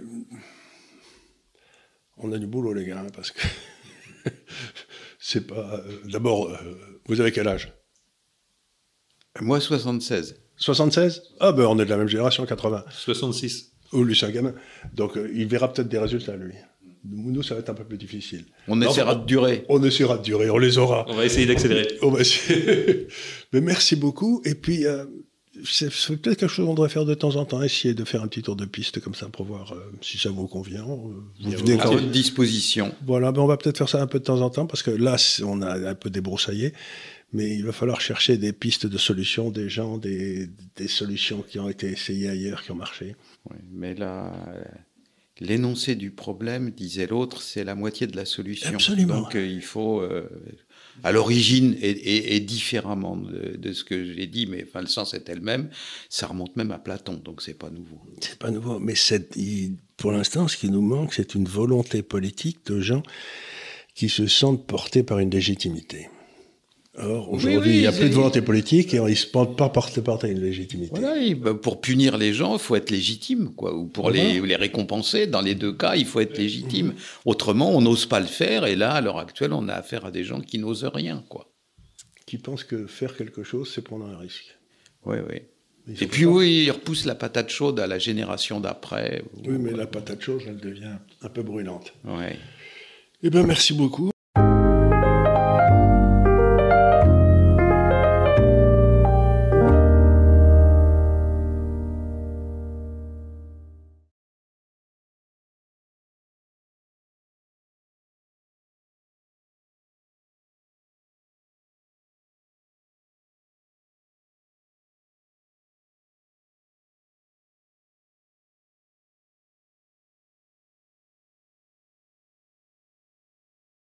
On a du boulot, les gars, hein, parce que c'est pas... D'abord, euh, vous avez quel âge? Moi, soixante-seize. soixante-seize? Ah ben, on est de la même génération, quatre-vingts. soixante-six. Oh, lui, c'est un gamin. Donc, euh, il verra peut-être des résultats, lui. Nous, ça va être un peu plus difficile. On non, essaiera on, de durer. On essaiera de durer, on les aura. On va essayer d'accélérer. On va essayer. Mais merci beaucoup. Et puis... Euh, c'est, c'est peut-être quelque chose qu'on devrait faire de temps en temps, essayer de faire un petit tour de piste comme ça pour voir euh, si ça vous convient. Vous venez à votre disposition. Voilà, ben on va peut-être faire ça un peu de temps en temps parce que là, on a un peu débroussaillé, mais il va falloir chercher des pistes de solutions, des gens, des, des solutions qui ont été essayées ailleurs, qui ont marché. Oui, mais là, l'énoncé du problème, disait l'autre, c'est la moitié de la solution. Absolument. Donc euh, il faut... Euh, à l'origine, et, et, et différemment de, de ce que j'ai dit, mais enfin, le sens est le même, ça remonte même à Platon, donc c'est pas nouveau. C'est pas nouveau, mais c'est, il, pour l'instant, ce qui nous manque, c'est une volonté politique de gens qui se sentent portés par une légitimité. Or, aujourd'hui, oui, oui, il n'y a plus de volonté politique et ils ne se sentent pas portés par une légitimité. Voilà, et ben pour punir les gens, il faut être légitime, quoi. Ou pour voilà. les, les récompenser, dans les deux cas, il faut être légitime. Autrement, on n'ose pas le faire, et là, à l'heure actuelle, on a affaire à des gens qui n'osent rien, quoi. Qui pensent que faire quelque chose, c'est prendre un risque. Oui, oui. Et puis, pas... oui, ils repoussent la patate chaude à la génération d'après. Oui, mais la patate chaude, elle devient un peu brûlante. Oui. Eh bien, merci beaucoup.